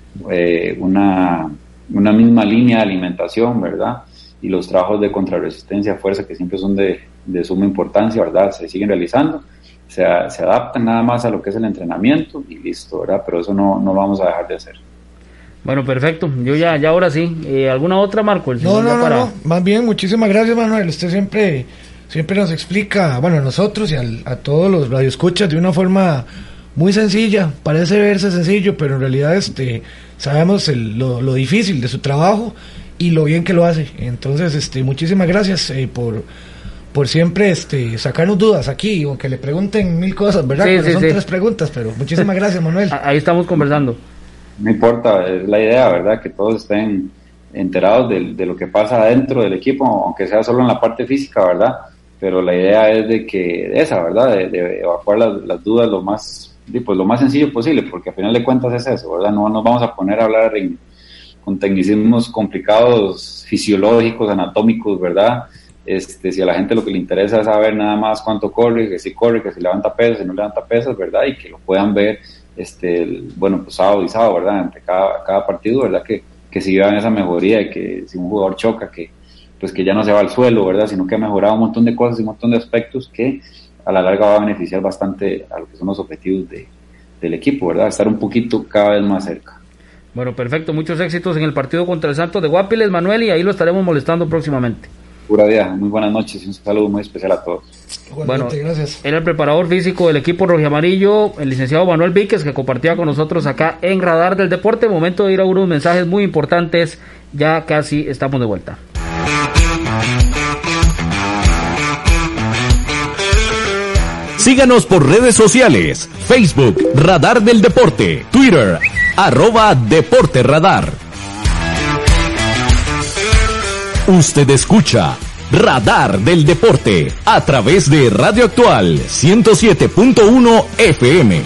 eh, una, una misma línea de alimentación, ¿verdad? Y los trabajos de contrarresistencia, fuerza, que siempre son de, de suma importancia, ¿verdad? Se siguen realizando, se, se adaptan nada más a lo que es el entrenamiento y listo, ¿verdad? Pero eso no, no vamos a dejar de hacer. Bueno, perfecto. Yo ya, ya ahora sí. Eh, ¿Alguna otra, Marco? El no, no, no, para... no. Más bien, muchísimas gracias, Manuel. Usted siempre, siempre nos explica, bueno, a nosotros y al, a todos los radioescuchas de una forma muy sencilla. Parece verse sencillo, pero en realidad este, sabemos el, lo, lo difícil de su trabajo y lo bien que lo hace. Entonces, este, muchísimas gracias eh, por, por siempre este, sacarnos dudas aquí, aunque le pregunten mil cosas, ¿verdad? Sí, sí, son sí. tres preguntas, pero muchísimas gracias, Manuel. Ahí estamos conversando. No importa, es la idea, ¿verdad? Que todos estén enterados de, de lo que pasa adentro del equipo, aunque sea solo en la parte física, ¿verdad? Pero la idea es de que, de esa, ¿verdad? De, de evacuar las, las dudas lo más, pues, lo más sencillo posible, porque al final de cuentas es eso, ¿verdad? No nos vamos a poner a hablar en, con tecnicismos complicados, fisiológicos, anatómicos, ¿verdad? Este, si a la gente lo que le interesa es saber nada más cuánto corre, que si corre, que si levanta pesas, si no levanta pesas, ¿verdad? Y que lo puedan ver este el, bueno, pues sábado y sábado, ¿verdad? Entre cada, cada partido, ¿verdad? Que, que si vean esa mejoría y que si un jugador choca, que pues que ya no se va al suelo, ¿verdad? Sino que ha mejorado un montón de cosas y un montón de aspectos que a la larga va a beneficiar bastante a lo que son los objetivos de, del equipo, ¿verdad? Estar un poquito cada vez más cerca. Bueno, perfecto. Muchos éxitos en el partido contra el Santos de Guapiles, Manuel, y ahí lo estaremos molestando próximamente. Pura vida, muy buenas noches y un saludo muy especial a todos. Bueno, gracias. Era el preparador físico del equipo rojiamarillo, el licenciado Manuel Víquez, que compartía con nosotros acá en Radar del Deporte. Momento de ir a unos mensajes muy importantes, ya casi estamos de vuelta. Síganos por redes sociales, Facebook, Radar del Deporte, Twitter, arroba Deporte Radar. Usted escucha Radar del Deporte a través de Radio Actual ciento siete punto uno F M.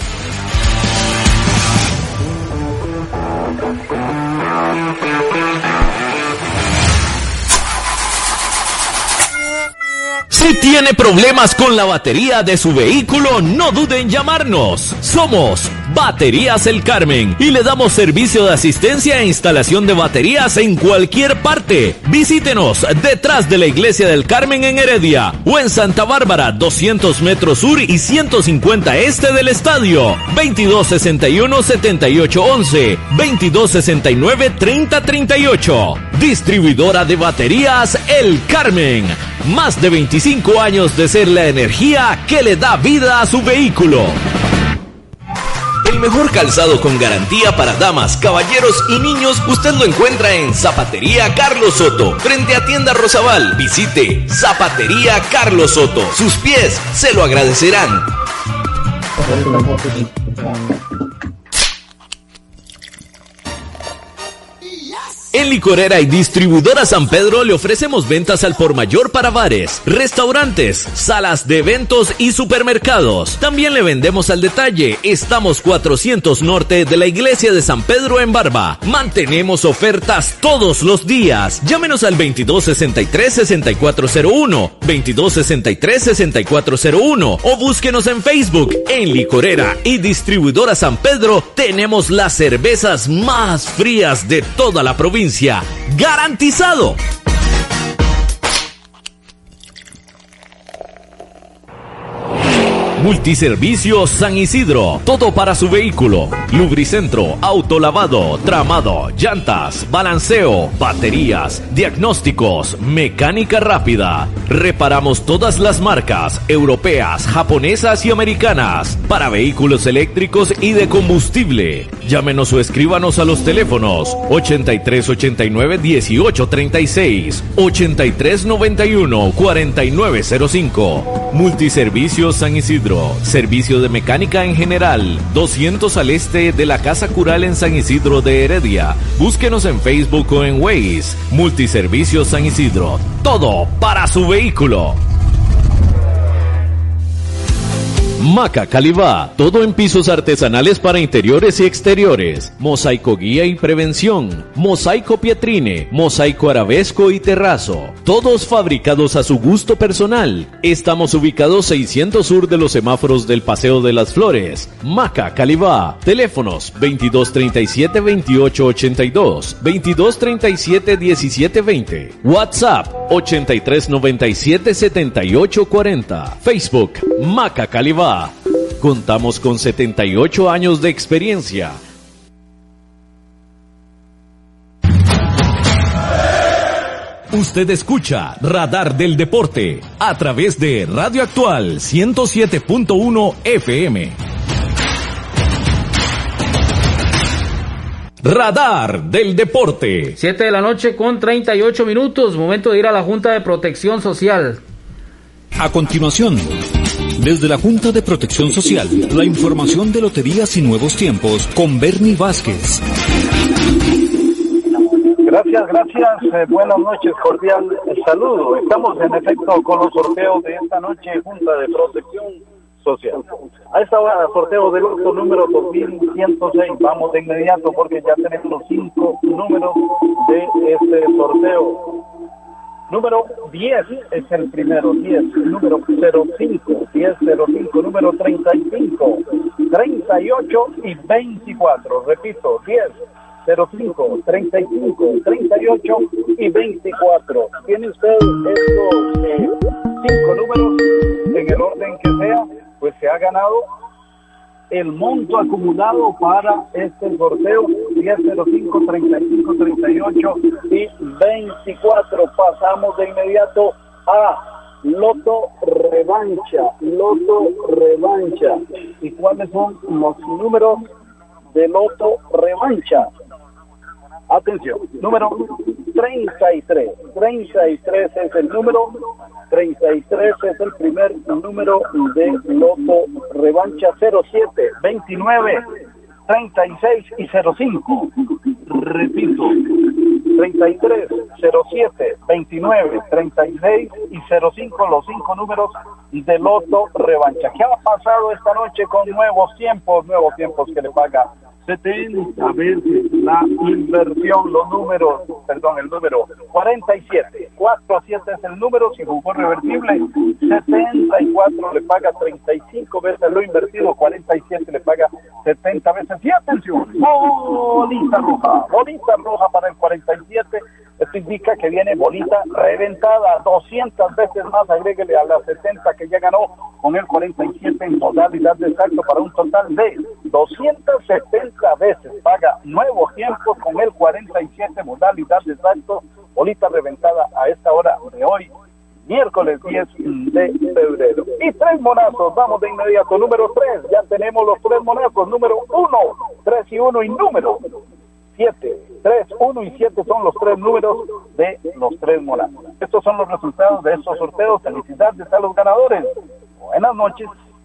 Si tiene problemas con la batería de su vehículo, no dude en llamarnos. Somos Baterías El Carmen y le damos servicio de asistencia e instalación de baterías en cualquier parte. Visítenos detrás de la Iglesia del Carmen en Heredia o en Santa Bárbara, doscientos metros sur y ciento cincuenta este del estadio. veintidós sesenta y uno, setenta y ocho once, veintidós sesenta y nueve, treinta treinta y ocho. Distribuidora de baterías El Carmen. Más de veinticinco años de ser la energía que le da vida a su vehículo. El mejor calzado con garantía para damas, caballeros y niños usted lo encuentra en Zapatería Carlos Soto, frente a Tienda Rosabal. Visite Zapatería Carlos Soto. Sus pies se lo agradecerán. En Licorera y Distribuidora San Pedro le ofrecemos ventas al por mayor para bares, restaurantes, salas de eventos y supermercados. También le vendemos al detalle. Estamos cuatrocientos norte de la Iglesia de San Pedro en Barba. Mantenemos ofertas todos los días. Llámenos al veintidós sesenta y tres, sesenta y cuatro cero uno, veintidós sesenta y tres, sesenta y cuatro cero uno o búsquenos en Facebook. En Licorera y Distribuidora San Pedro tenemos las cervezas más frías de toda la provincia. ¡Garantizado! Multiservicios San Isidro, todo para su vehículo: lubricentro, autolavado, tramado, llantas, balanceo, baterías, diagnósticos, mecánica rápida. Reparamos todas las marcas europeas, japonesas y americanas para vehículos eléctricos y de combustible. Llámenos o escríbanos a los teléfonos ochenta y tres ochenta y nueve dieciocho treinta y seis, ochenta y tres noventa y uno cuarenta y nueve cero cinco. Multiservicios San Isidro. Servicio de mecánica en general, doscientos al este de la Casa Cural en San Isidro de Heredia. Búsquenos en Facebook o en Waze. Multiservicios San Isidro. Todo para su vehículo. Maca Calibá, todo en pisos artesanales para interiores y exteriores, mosaico guía y prevención, mosaico pietrine, mosaico arabesco y terrazo, todos fabricados a su gusto personal. Estamos ubicados seiscientos sur de los semáforos del Paseo de las Flores. Maca Calibá, teléfonos veintidós treinta y siete, veintiocho ochenta y dos, veintidós treinta y siete, diecisiete veinte, WhatsApp ochenta y tres noventa y siete, setenta y ocho cuarenta, Facebook Maca Calibá. Contamos con setenta y ocho años de experiencia. Usted escucha Radar del Deporte a través de Radio Actual ciento siete punto uno F M. Radar del Deporte. siete de la noche con treinta y ocho minutos. Momento de ir a la Junta de Protección Social. A continuación, desde la Junta de Protección Social, la información de loterías y nuevos tiempos con Bernie Vázquez. Gracias, gracias. Eh, buenas noches, cordial saludo. Estamos en efecto con los sorteos de esta noche, Junta de Protección Social. A esta hora, sorteo del loto número dos mil ciento seis. Vamos de inmediato porque ya tenemos los cinco números de este sorteo. Número diez es el primero, diez, número cero cinco, diez cero cinco, número treinta y cinco, treinta y ocho y veinticuatro. Repito, diez, cero cinco, treinta y cinco, treinta y ocho y veinticuatro. Tiene usted estos eh, cinco números en el orden que sea, pues se ha ganado el monto acumulado para este sorteo: diez, cero cinco, treinta y cinco, treinta y ocho y veinticuatro. Pasamos de inmediato a Loto Revancha. Loto Revancha. ¿Y cuáles son los números de Loto Revancha? Atención, número treinta y tres. treinta y tres es el número, treinta y tres es el primer número de Loto Revancha. Cero siete, veintinueve, treinta y seis y cero cinco. Repito, treinta y tres, cero siete, veintinueve, treinta y seis y cero cinco, los cinco números de Loto Revancha. ¿Qué ha pasado esta noche con nuevos tiempos? Nuevos tiempos que le paga setenta veces la inversión, los números, perdón, el número cuarenta y siete, cuatro a siete es el número, si jugó revertible, setenta y cuatro le paga treinta y cinco veces lo invertido, cuarenta y siete le paga setenta veces, y atención, bolita roja, bolita roja para el cuarenta y siete, esto indica que viene bolita reventada, doscientas veces más, agréguele a las setenta que ya ganó con el cuarenta y siete en modalidad de salto para un total de doscientas setenta veces, paga nuevos tiempos con el cuarenta y siete modalidad de salto, bolita reventada a esta hora de hoy, miércoles diez de febrero. Y tres monazos, vamos de inmediato, número tres, ya tenemos los tres monazos, número uno, tres y uno y número siete, tres, uno y siete son los tres números de los tres monazos. Estos son los resultados de estos sorteos, felicidades a los ganadores, buenas noches.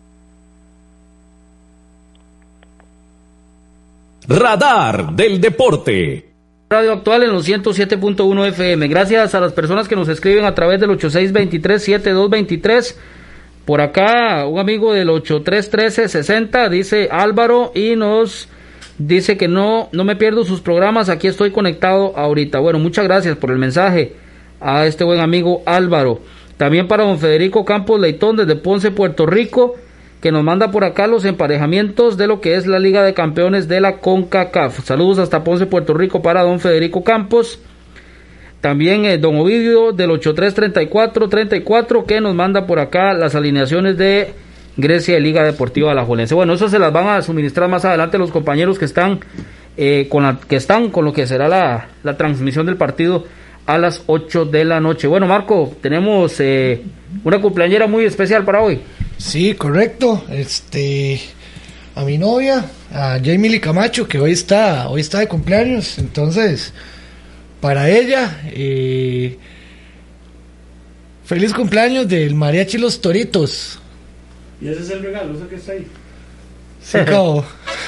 Radar del Deporte. Radio Actual en los ciento siete punto uno F M. Gracias a las personas que nos escriben a través del ocho seis dos tres, siete dos dos tres. Por acá, un amigo del ocho tres uno tres sesenta, dice Álvaro, y nos dice que no, no me pierdo sus programas, aquí estoy conectado ahorita. Bueno, muchas gracias por el mensaje a este buen amigo Álvaro. También para don Federico Campos Leitón desde Ponce, Puerto Rico, que nos manda por acá los emparejamientos de lo que es la Liga de Campeones de la CONCACAF. Saludos hasta Ponce, Puerto Rico para don Federico Campos. También eh, don Ovidio del ocho tres tres cuatro tres cuatro, que nos manda por acá las alineaciones de Grecia y Liga Deportiva Alajuelense. Bueno, eso se las van a suministrar más adelante los compañeros que están eh, con la, que están con lo que será la, la transmisión del partido a las ocho de la noche. Bueno, Marco, tenemos eh, una cumpleañera muy especial para hoy. Sí, correcto. Este, a mi novia, a Jamie Camacho, que hoy está, hoy está de cumpleaños. Entonces, para ella, eh, feliz cumpleaños del Mariachi Los Toritos. Y ese es el regalo, eso que está ahí. Se acabó.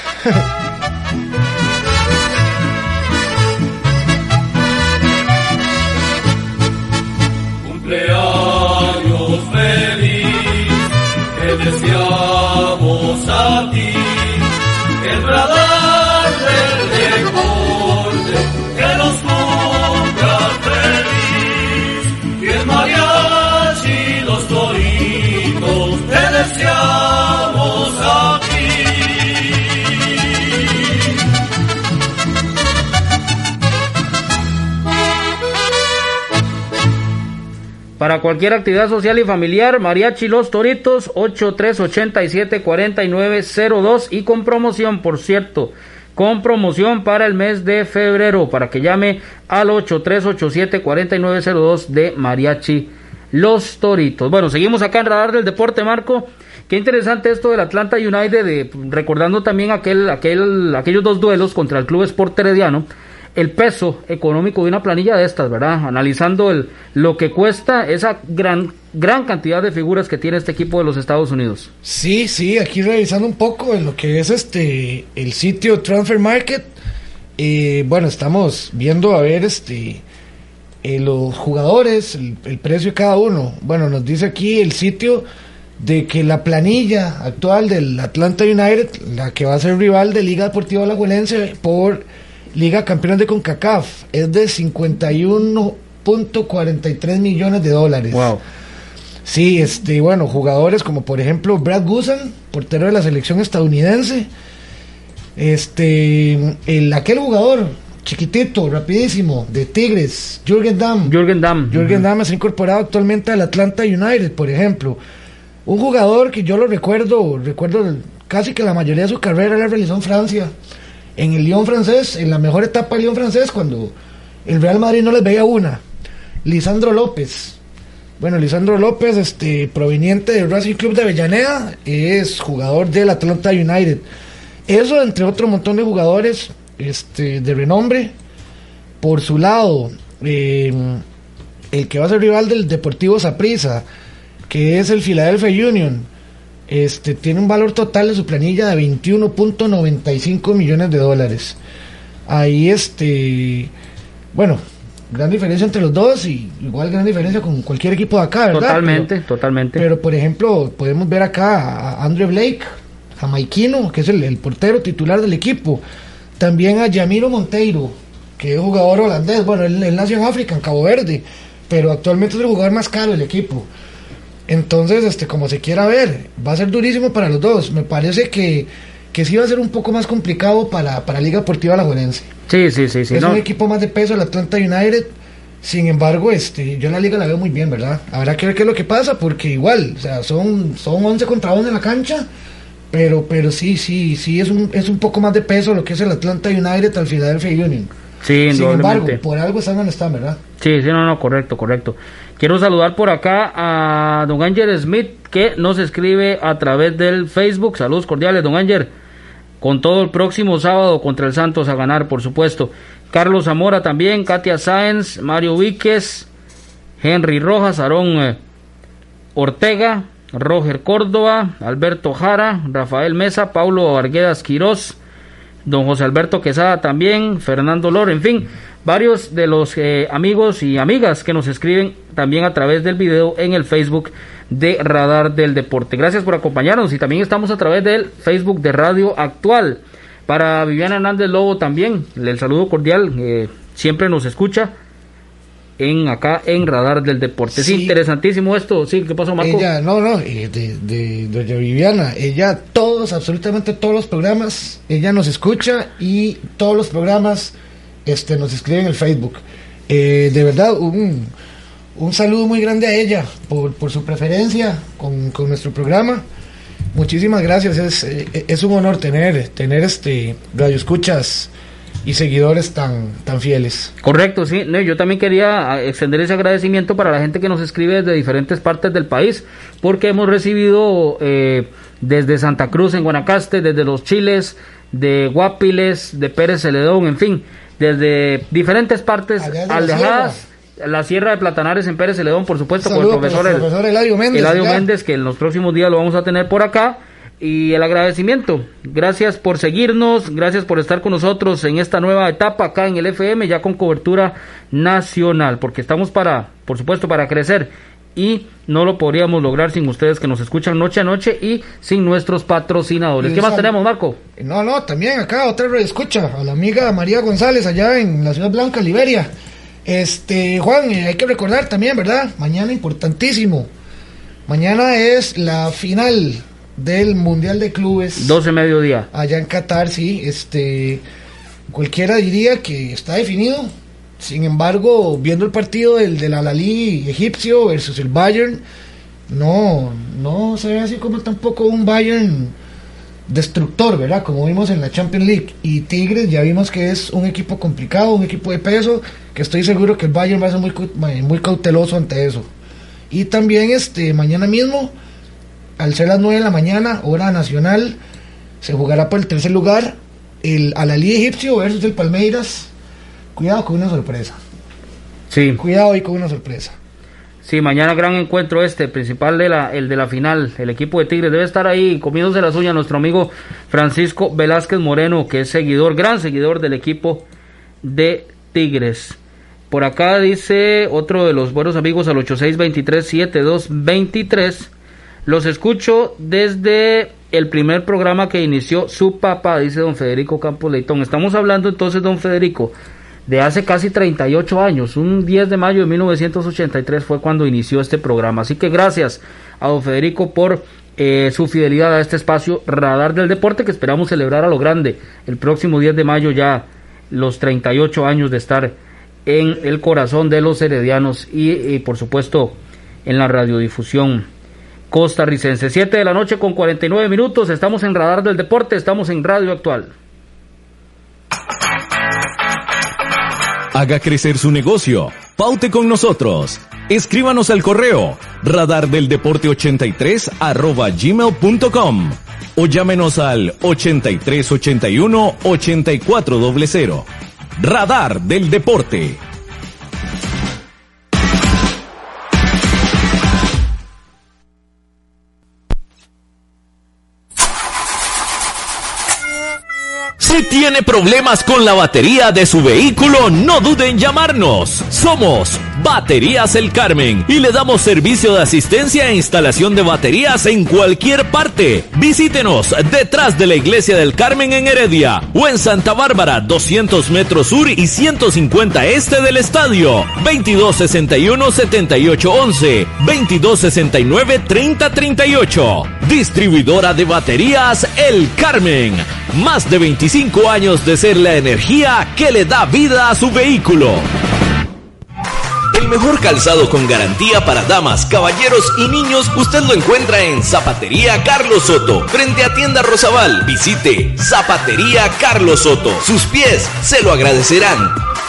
Cumpleaños feliz, te deseamos a ti, el radar del deporte, que nos cumpla feliz, y el mariachi, los toritos, te deseamos a ti. Para cualquier actividad social y familiar, Mariachi Los Toritos, ocho tres ocho siete cuatro nueve cero dos, y con promoción, por cierto, con promoción para el mes de febrero, para que llame al ocho tres ocho siete cuatro nueve cero dos de Mariachi Los Toritos. Bueno, seguimos acá en Radar del Deporte, Marco. Qué interesante esto del Atlanta United, de, recordando también aquel, aquel, aquellos dos duelos contra el Club Sport Herediano. El peso económico de una planilla de estas, ¿verdad? Analizando el, lo que cuesta esa gran gran cantidad de figuras que tiene este equipo de los Estados Unidos. Sí, sí, aquí revisando un poco en lo que es este el sitio Transfer Market, eh, bueno, estamos viendo a ver este eh, los jugadores, el, el precio de cada uno. Bueno, nos dice aquí el sitio de que la planilla actual del Atlanta United, la que va a ser rival de Liga Deportiva Alajuelense por Liga Campeones de CONCACAF, es de cincuenta y uno punto cuarenta y tres millones de dólares. Wow. Sí, este, bueno, jugadores como por ejemplo Brad Guzan, portero de la selección estadounidense. Este, el aquel jugador chiquitito, rapidísimo, de Tigres, Jürgen Damm. Jürgen Damm. Jürgen uh-huh. Damm se ha incorporado actualmente al Atlanta United, por ejemplo. Un jugador que yo lo recuerdo, recuerdo casi que la mayoría de su carrera la realizó en Francia, en el Lyon francés, en la mejor etapa del Lyon francés, cuando el Real Madrid no les veía una. Lisandro López. Bueno, Lisandro López, este, proveniente del Racing Club de Avellaneda, es jugador del Atlanta United. Eso entre otro montón de jugadores este, de renombre. Por su lado, eh, el que va a ser rival del Deportivo Saprissa, que es el Philadelphia Union, este tiene un valor total de su planilla de veintiuno punto noventa y cinco millones de dólares. Ahí este, bueno, gran diferencia entre los dos, y igual gran diferencia con cualquier equipo de acá, ¿verdad? Totalmente, pero, totalmente. Pero por ejemplo, podemos ver acá a Andre Blake, jamaiquino, que es el, el portero titular del equipo. también a Yamiro Monteiro, que es jugador holandés. Bueno, él, él nació en África, en Cabo Verde, pero actualmente es el jugador más caro del equipo. Entonces, este, como se quiera ver, va a ser durísimo para los dos. Me parece que, que sí va a ser un poco más complicado para, para Liga Deportiva Alajuelense. Sí, sí, sí, sí. Es no. un equipo más de peso, el Atlanta United. Sin embargo, este, yo la liga la veo muy bien, ¿verdad? Habrá que ver qué es lo que pasa, porque igual, o sea, son, son once contra once en la cancha, pero, pero sí, sí, sí, es un, es un poco más de peso lo que es el Atlanta United al Philadelphia Union. Sí, sin embargo, por algo están donde están, ¿verdad? Sí, sí, no, no, correcto, correcto. Quiero saludar por acá a don Ángel Smith, que nos escribe a través del Facebook. Saludos cordiales, don Ángel. Con todo el próximo sábado contra el Santos a ganar, por supuesto. Carlos Zamora también, Katia Sáenz, Mario Víquez, Henry Rojas, Aarón eh, Ortega, Roger Córdoba, Alberto Jara, Rafael Mesa, Paulo Arguedas Quirós, don José Alberto Quesada también, Fernando Lor, en fin, varios de los eh, amigos y amigas que nos escriben también a través del video en el Facebook de Radar del Deporte. Gracias por acompañarnos, y también estamos a través del Facebook de Radio Actual. Para Viviana Hernández Lobo también, el saludo cordial, eh, siempre nos escucha en acá en Radar del Deporte. Sí, sí, interesantísimo esto. Sí, ¿qué pasó, Marco? Ella, no, no, eh, de, de, de doña Viviana, ella todos, absolutamente todos los programas, ella nos escucha, y todos los programas este, nos escriben en el Facebook. Eh, de verdad, un, un saludo muy grande a ella por, por su preferencia con, con nuestro programa. Muchísimas gracias, es, es un honor tener tener este radioescuchas y seguidores tan tan fieles. Correcto, sí, no, yo también quería extender ese agradecimiento para la gente que nos escribe desde diferentes partes del país, porque hemos recibido eh, desde Santa Cruz en Guanacaste, desde Los Chiles, de Guapiles, de Pérez Celedón, en fin, desde diferentes partes alejadas. La Sierra de Platanares en Pérez Celedón, por supuesto, con el profesor, el profesor Eladio Méndez, Eladio Méndez, que en los próximos días lo vamos a tener por acá. Y el agradecimiento, gracias por seguirnos, gracias por estar con nosotros en esta nueva etapa acá en el F M, ya con cobertura nacional, porque estamos para, por supuesto, para crecer, y no lo podríamos lograr sin ustedes que nos escuchan noche a noche y sin nuestros patrocinadores. ¿Qué más tenemos, Marco? No, no, también acá otra vez escucha a la amiga María González allá en la Ciudad Blanca, Liberia. Este, Juan, eh, hay que recordar también, ¿verdad? Mañana importantísimo. Mañana es la final del Mundial de Clubes. doce mediodía. Allá en Qatar, sí. Este, cualquiera diría que está definido. Sin embargo, viendo el partido del, del Al-Ahly egipcio versus el Bayern, no, no se ve así como tampoco un Bayern destructor, ¿verdad? Como vimos en la Champions League. Y Tigres ya vimos que es un equipo complicado, un equipo de peso, que estoy seguro que el Bayern va a ser muy, muy cauteloso ante eso. Y también este mañana mismo, al ser las nueve de la mañana, hora nacional, se jugará por el tercer lugar el Al-Ahly egipcio versus el Palmeiras. Cuidado con una sorpresa. Sí. Cuidado ahí con una sorpresa. Sí, mañana gran encuentro este, principal de la, el de la final. El equipo de Tigres debe estar ahí comiéndose las uñas nuestro amigo Francisco Velázquez Moreno, que es seguidor, gran seguidor del equipo de Tigres. Por acá dice otro de los buenos amigos al ocho seis dos tres siete dos dos tres. Los escucho desde el primer programa que inició su papá, dice don Federico Campos Leitón. Estamos hablando entonces, don Federico, de hace casi treinta y ocho años, un diez de mayo de mil novecientos ochenta y tres fue cuando inició este programa. Así que gracias a don Federico por eh, su fidelidad a este espacio Radar del Deporte, que esperamos celebrar a lo grande el próximo diez de mayo, ya los treinta y ocho años de estar en el corazón de los heredianos y, y por supuesto en la radiodifusión costarricense. Siete de la noche con cuarenta y nueve minutos, estamos en Radar del Deporte, estamos en Radio Actual. Haga crecer su negocio. Paute con nosotros. Escríbanos al correo radardeldeporte83 arroba gmail punto com o llámenos al ochenta y tres ochenta y uno ochenta y cuatro cero cero. Radar del Deporte. Sí, Si tiene problemas con la batería de su vehículo, no dude en llamarnos. Somos Baterías El Carmen y le damos servicio de asistencia e instalación de baterías en cualquier parte. Visítenos detrás de la Iglesia del Carmen en Heredia o en Santa Bárbara, doscientos metros sur y ciento cincuenta este del estadio. veintidós sesenta y uno, setenta y ocho once, veintidós sesenta y nueve, treinta treinta y ocho. Distribuidora de baterías El Carmen. Más de veinticinco años de ser la energía que le da vida a su vehículo. El mejor calzado con garantía para damas, caballeros y niños usted lo encuentra en Zapatería Carlos Soto, frente a Tienda Rosabal. Visite Zapatería Carlos Soto. Sus pies se lo agradecerán.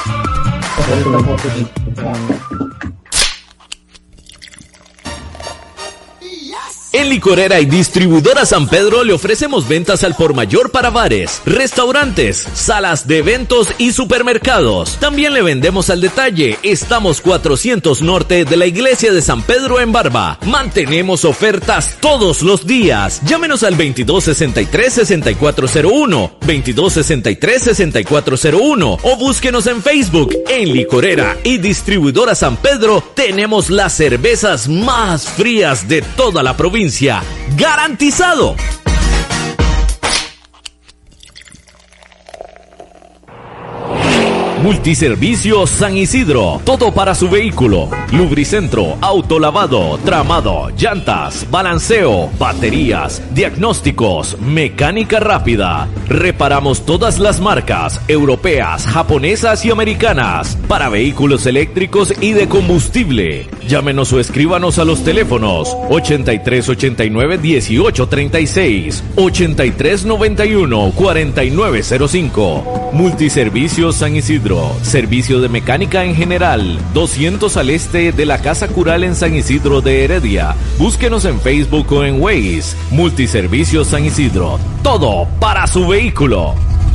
En Licorera y Distribuidora San Pedro le ofrecemos ventas al por mayor para bares, restaurantes, salas de eventos y supermercados. También le vendemos al detalle. Estamos cuatrocientos norte de la Iglesia de San Pedro en Barba. Mantenemos ofertas todos los días. Llámenos al veintidós sesenta y tres, sesenta y cuatro cero uno, veintidós sesenta y tres, sesenta y cuatro cero uno o búsquenos en Facebook. En Licorera y Distribuidora San Pedro tenemos las cervezas más frías de toda la provincia. ¡Garantizado! Multiservicios San Isidro, todo para su vehículo: lubricentro, autolavado, tramado, llantas, balanceo, baterías, diagnósticos, mecánica rápida. Reparamos todas las marcas europeas, japonesas y americanas para vehículos eléctricos y de combustible. Llámenos o escríbanos a los teléfonos ochenta y tres ochenta y nueve dieciocho treinta y seis, ochenta y tres noventa y uno cuarenta y nueve cero cinco. Multiservicios San Isidro. Servicio de mecánica en general, doscientos al este de la Casa Cural en San Isidro de Heredia. Búsquenos en Facebook o en Waze. Multiservicios San Isidro. Todo para su vehículo.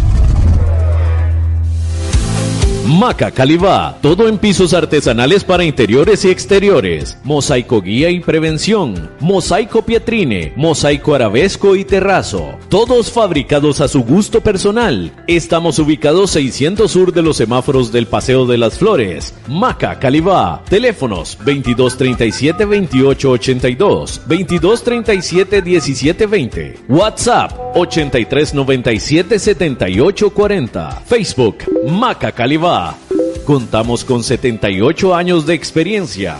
Maca Calibá, todo en pisos artesanales para interiores y exteriores, mosaico guía y prevención, mosaico pietrine, mosaico arabesco y terrazo, todos fabricados a su gusto personal. Estamos ubicados seiscientos sur de los semáforos del Paseo de las Flores. Maca Calibá, teléfonos veintidós treinta y siete, veintiocho ochenta y dos, veintidós treinta y siete, diecisiete veinte, WhatsApp ochenta y tres noventa y siete, setenta y ocho cuarenta, Facebook Maca Calibá. Contamos con setenta y ocho años de experiencia.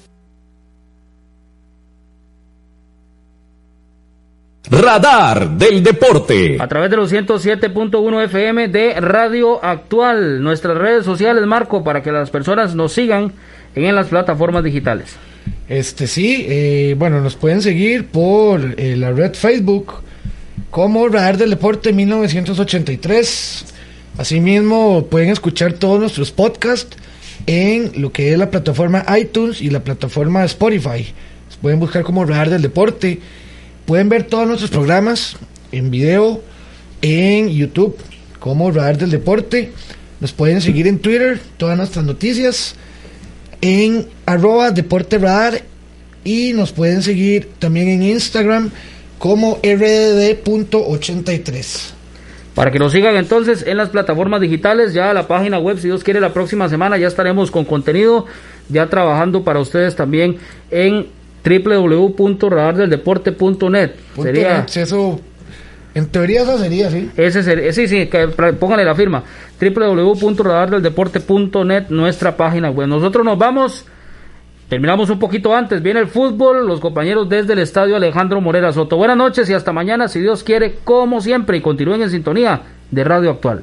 Radar del Deporte. A través de los ciento siete punto uno F M de Radio Actual. Nuestras redes sociales, Marco, para que las personas nos sigan en las plataformas digitales. Este sí, eh, bueno, nos pueden seguir por eh, la red Facebook como Radar del Deporte mil novecientos ochenta y tres. Asimismo, pueden escuchar todos nuestros podcasts en lo que es la plataforma iTunes y la plataforma Spotify. Nos pueden buscar como Radar del Deporte. Pueden ver todos nuestros programas en video en YouTube como Radar del Deporte. Nos pueden seguir en Twitter, todas nuestras noticias en arroba Deporte Radar, y nos pueden seguir también en Instagram como R D D punto ochenta y tres. Para que nos sigan entonces en las plataformas digitales, ya la página web, si Dios quiere, la próxima semana ya estaremos con contenido, ya trabajando para ustedes también en doble u doble u doble u punto radar del deporte punto net. Sería net, eso, en teoría eso sería, sí. Ese sería, sí, sí, que póngale la firma. doble u doble u doble u punto radar del deporte punto net, nuestra página web. Nosotros nos vamos. Terminamos un poquito antes, viene el fútbol, los compañeros desde el estadio Alejandro Morera Soto. Buenas noches y hasta mañana, si Dios quiere, como siempre, y continúen en sintonía de Radio Actual.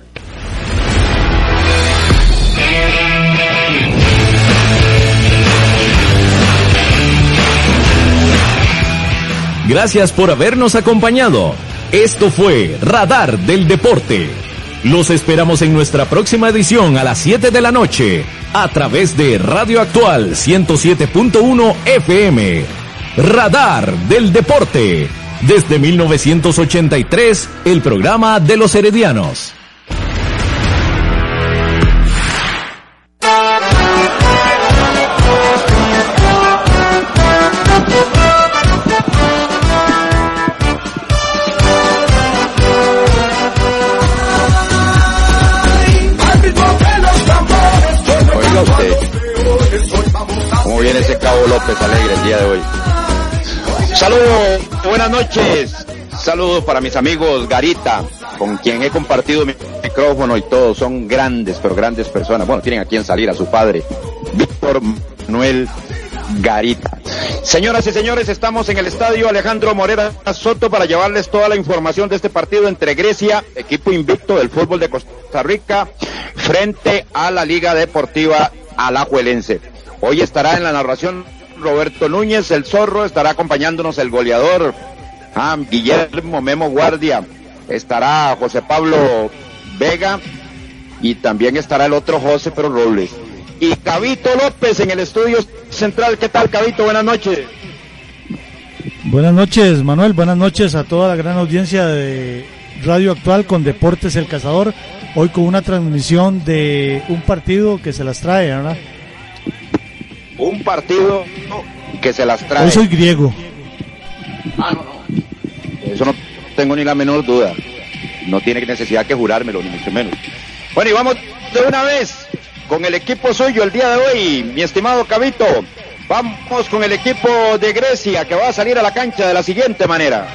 Gracias por habernos acompañado. Esto fue Radar del Deporte. Los esperamos en nuestra próxima edición a las siete de la noche, a través de Radio Actual ciento siete punto uno F M. Radar del Deporte. Desde mil novecientos ochenta y tres, el programa de los heredianos. cómo viene ese Cabo López alegre el día de hoy. Saludos, buenas noches. Saludos para mis amigos Garita, con quien he compartido mi micrófono y todo. Son grandes, pero grandes personas. Bueno, tienen a quien salir, a su padre, Víctor Manuel Garita. Señoras y señores, estamos en el estadio Alejandro Morera Soto para llevarles toda la información de este partido entre Grecia, equipo invicto del fútbol de Costa Rica, frente a la Liga Deportiva Alajuelense. Hoy estará en la narración Roberto Núñez, el Zorro, estará acompañándonos el goleador ah, Guillermo Memo Guardia, estará José Pablo Vega y también estará el otro José Pero Robles. Y Cabito López en el estudio central. ¿Qué tal, Cabito? Buenas noches. Buenas noches, Manuel. Buenas noches a toda la gran audiencia de Radio Actual con Deportes El Cazador. Hoy con una transmisión de un partido que se las trae, ¿verdad? Un partido que se las trae. Hoy soy griego. Ah, no, no. Eso no tengo ni la menor duda. No tiene necesidad que jurármelo, ni mucho menos. Bueno, y vamos de una vez con el equipo suyo el día de hoy, mi estimado Cabito. Vamos con el equipo de Grecia que va a salir a la cancha de la siguiente manera.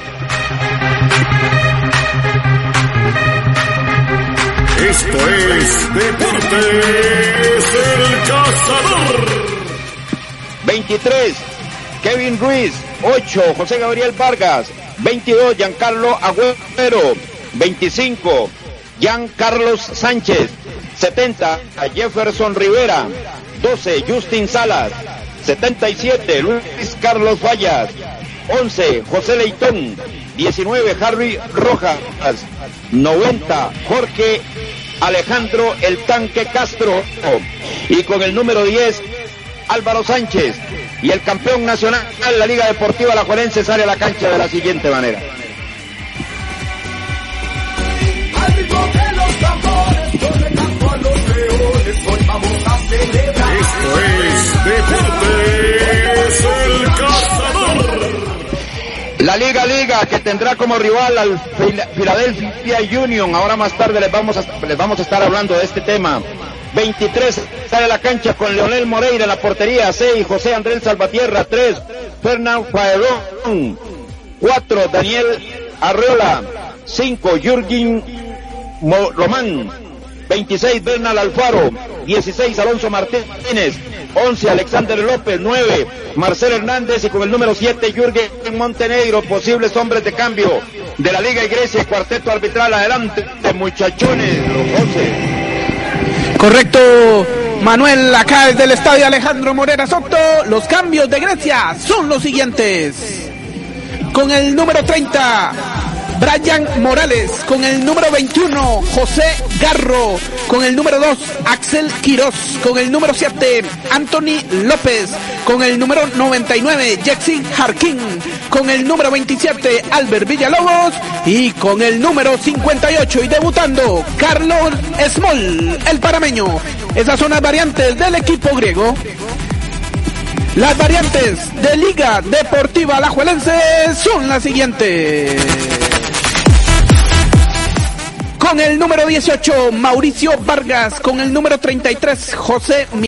Esto es Deportes El Cazador. veintitrés, Kevin Ruiz. ocho, José Gabriel Vargas. veintidós, Giancarlo Agüero. veinticinco, Giancarlos Sánchez. setenta, Jefferson Rivera. doce, Justin Salas. setenta y siete, Luis Carlos Fallas. once, José Leitón. diecinueve, Harry Rojas. noventa, Jorge Alejandro El Tanque Castro. Y con el número diez, Álvaro Sánchez. Y el campeón nacional, la Liga Deportiva Alajuelense, sale a la cancha de la siguiente manera. Esto es Deportes El Cazador. La Liga Liga que tendrá como rival al Philadelphia Union. Ahora más tarde les vamos a, les vamos a estar hablando de este tema. veintitrés sale a la cancha con Leonel Moreira en la portería. seis, José Andrés Salvatierra. tres, Fernán Faerón. cuatro, Daniel Arreola. cinco, Jürgen Román. veintiséis, Bernal Alfaro. dieciséis, Alonso Martínez. once, Alexander López. nueve, Marcelo Hernández. Y con el número siete, Jürgen Montenegro. Posibles hombres de cambio de la Liga y Grecia. Cuarteto arbitral. Adelante, muchachones. Los once. Correcto, Manuel, acá desde el estadio Alejandro Morera Soto. Los cambios de Grecia son los siguientes. Con el número treinta, Brian Morales. Con el número veintiuno, José Garro. Con el número dos, Axel Quiroz. Con el número siete, Anthony López. Con el número noventa y nueve, Jexin Jarquín. Con el número veintisiete, Albert Villalobos. Y con el número cincuenta y ocho y debutando, Carlos Small, el parameño. Esas son las variantes del equipo griego. Las variantes de Liga Deportiva Alajuelense son las siguientes. Con el número dieciocho, Mauricio Vargas. Con el número treinta y tres, José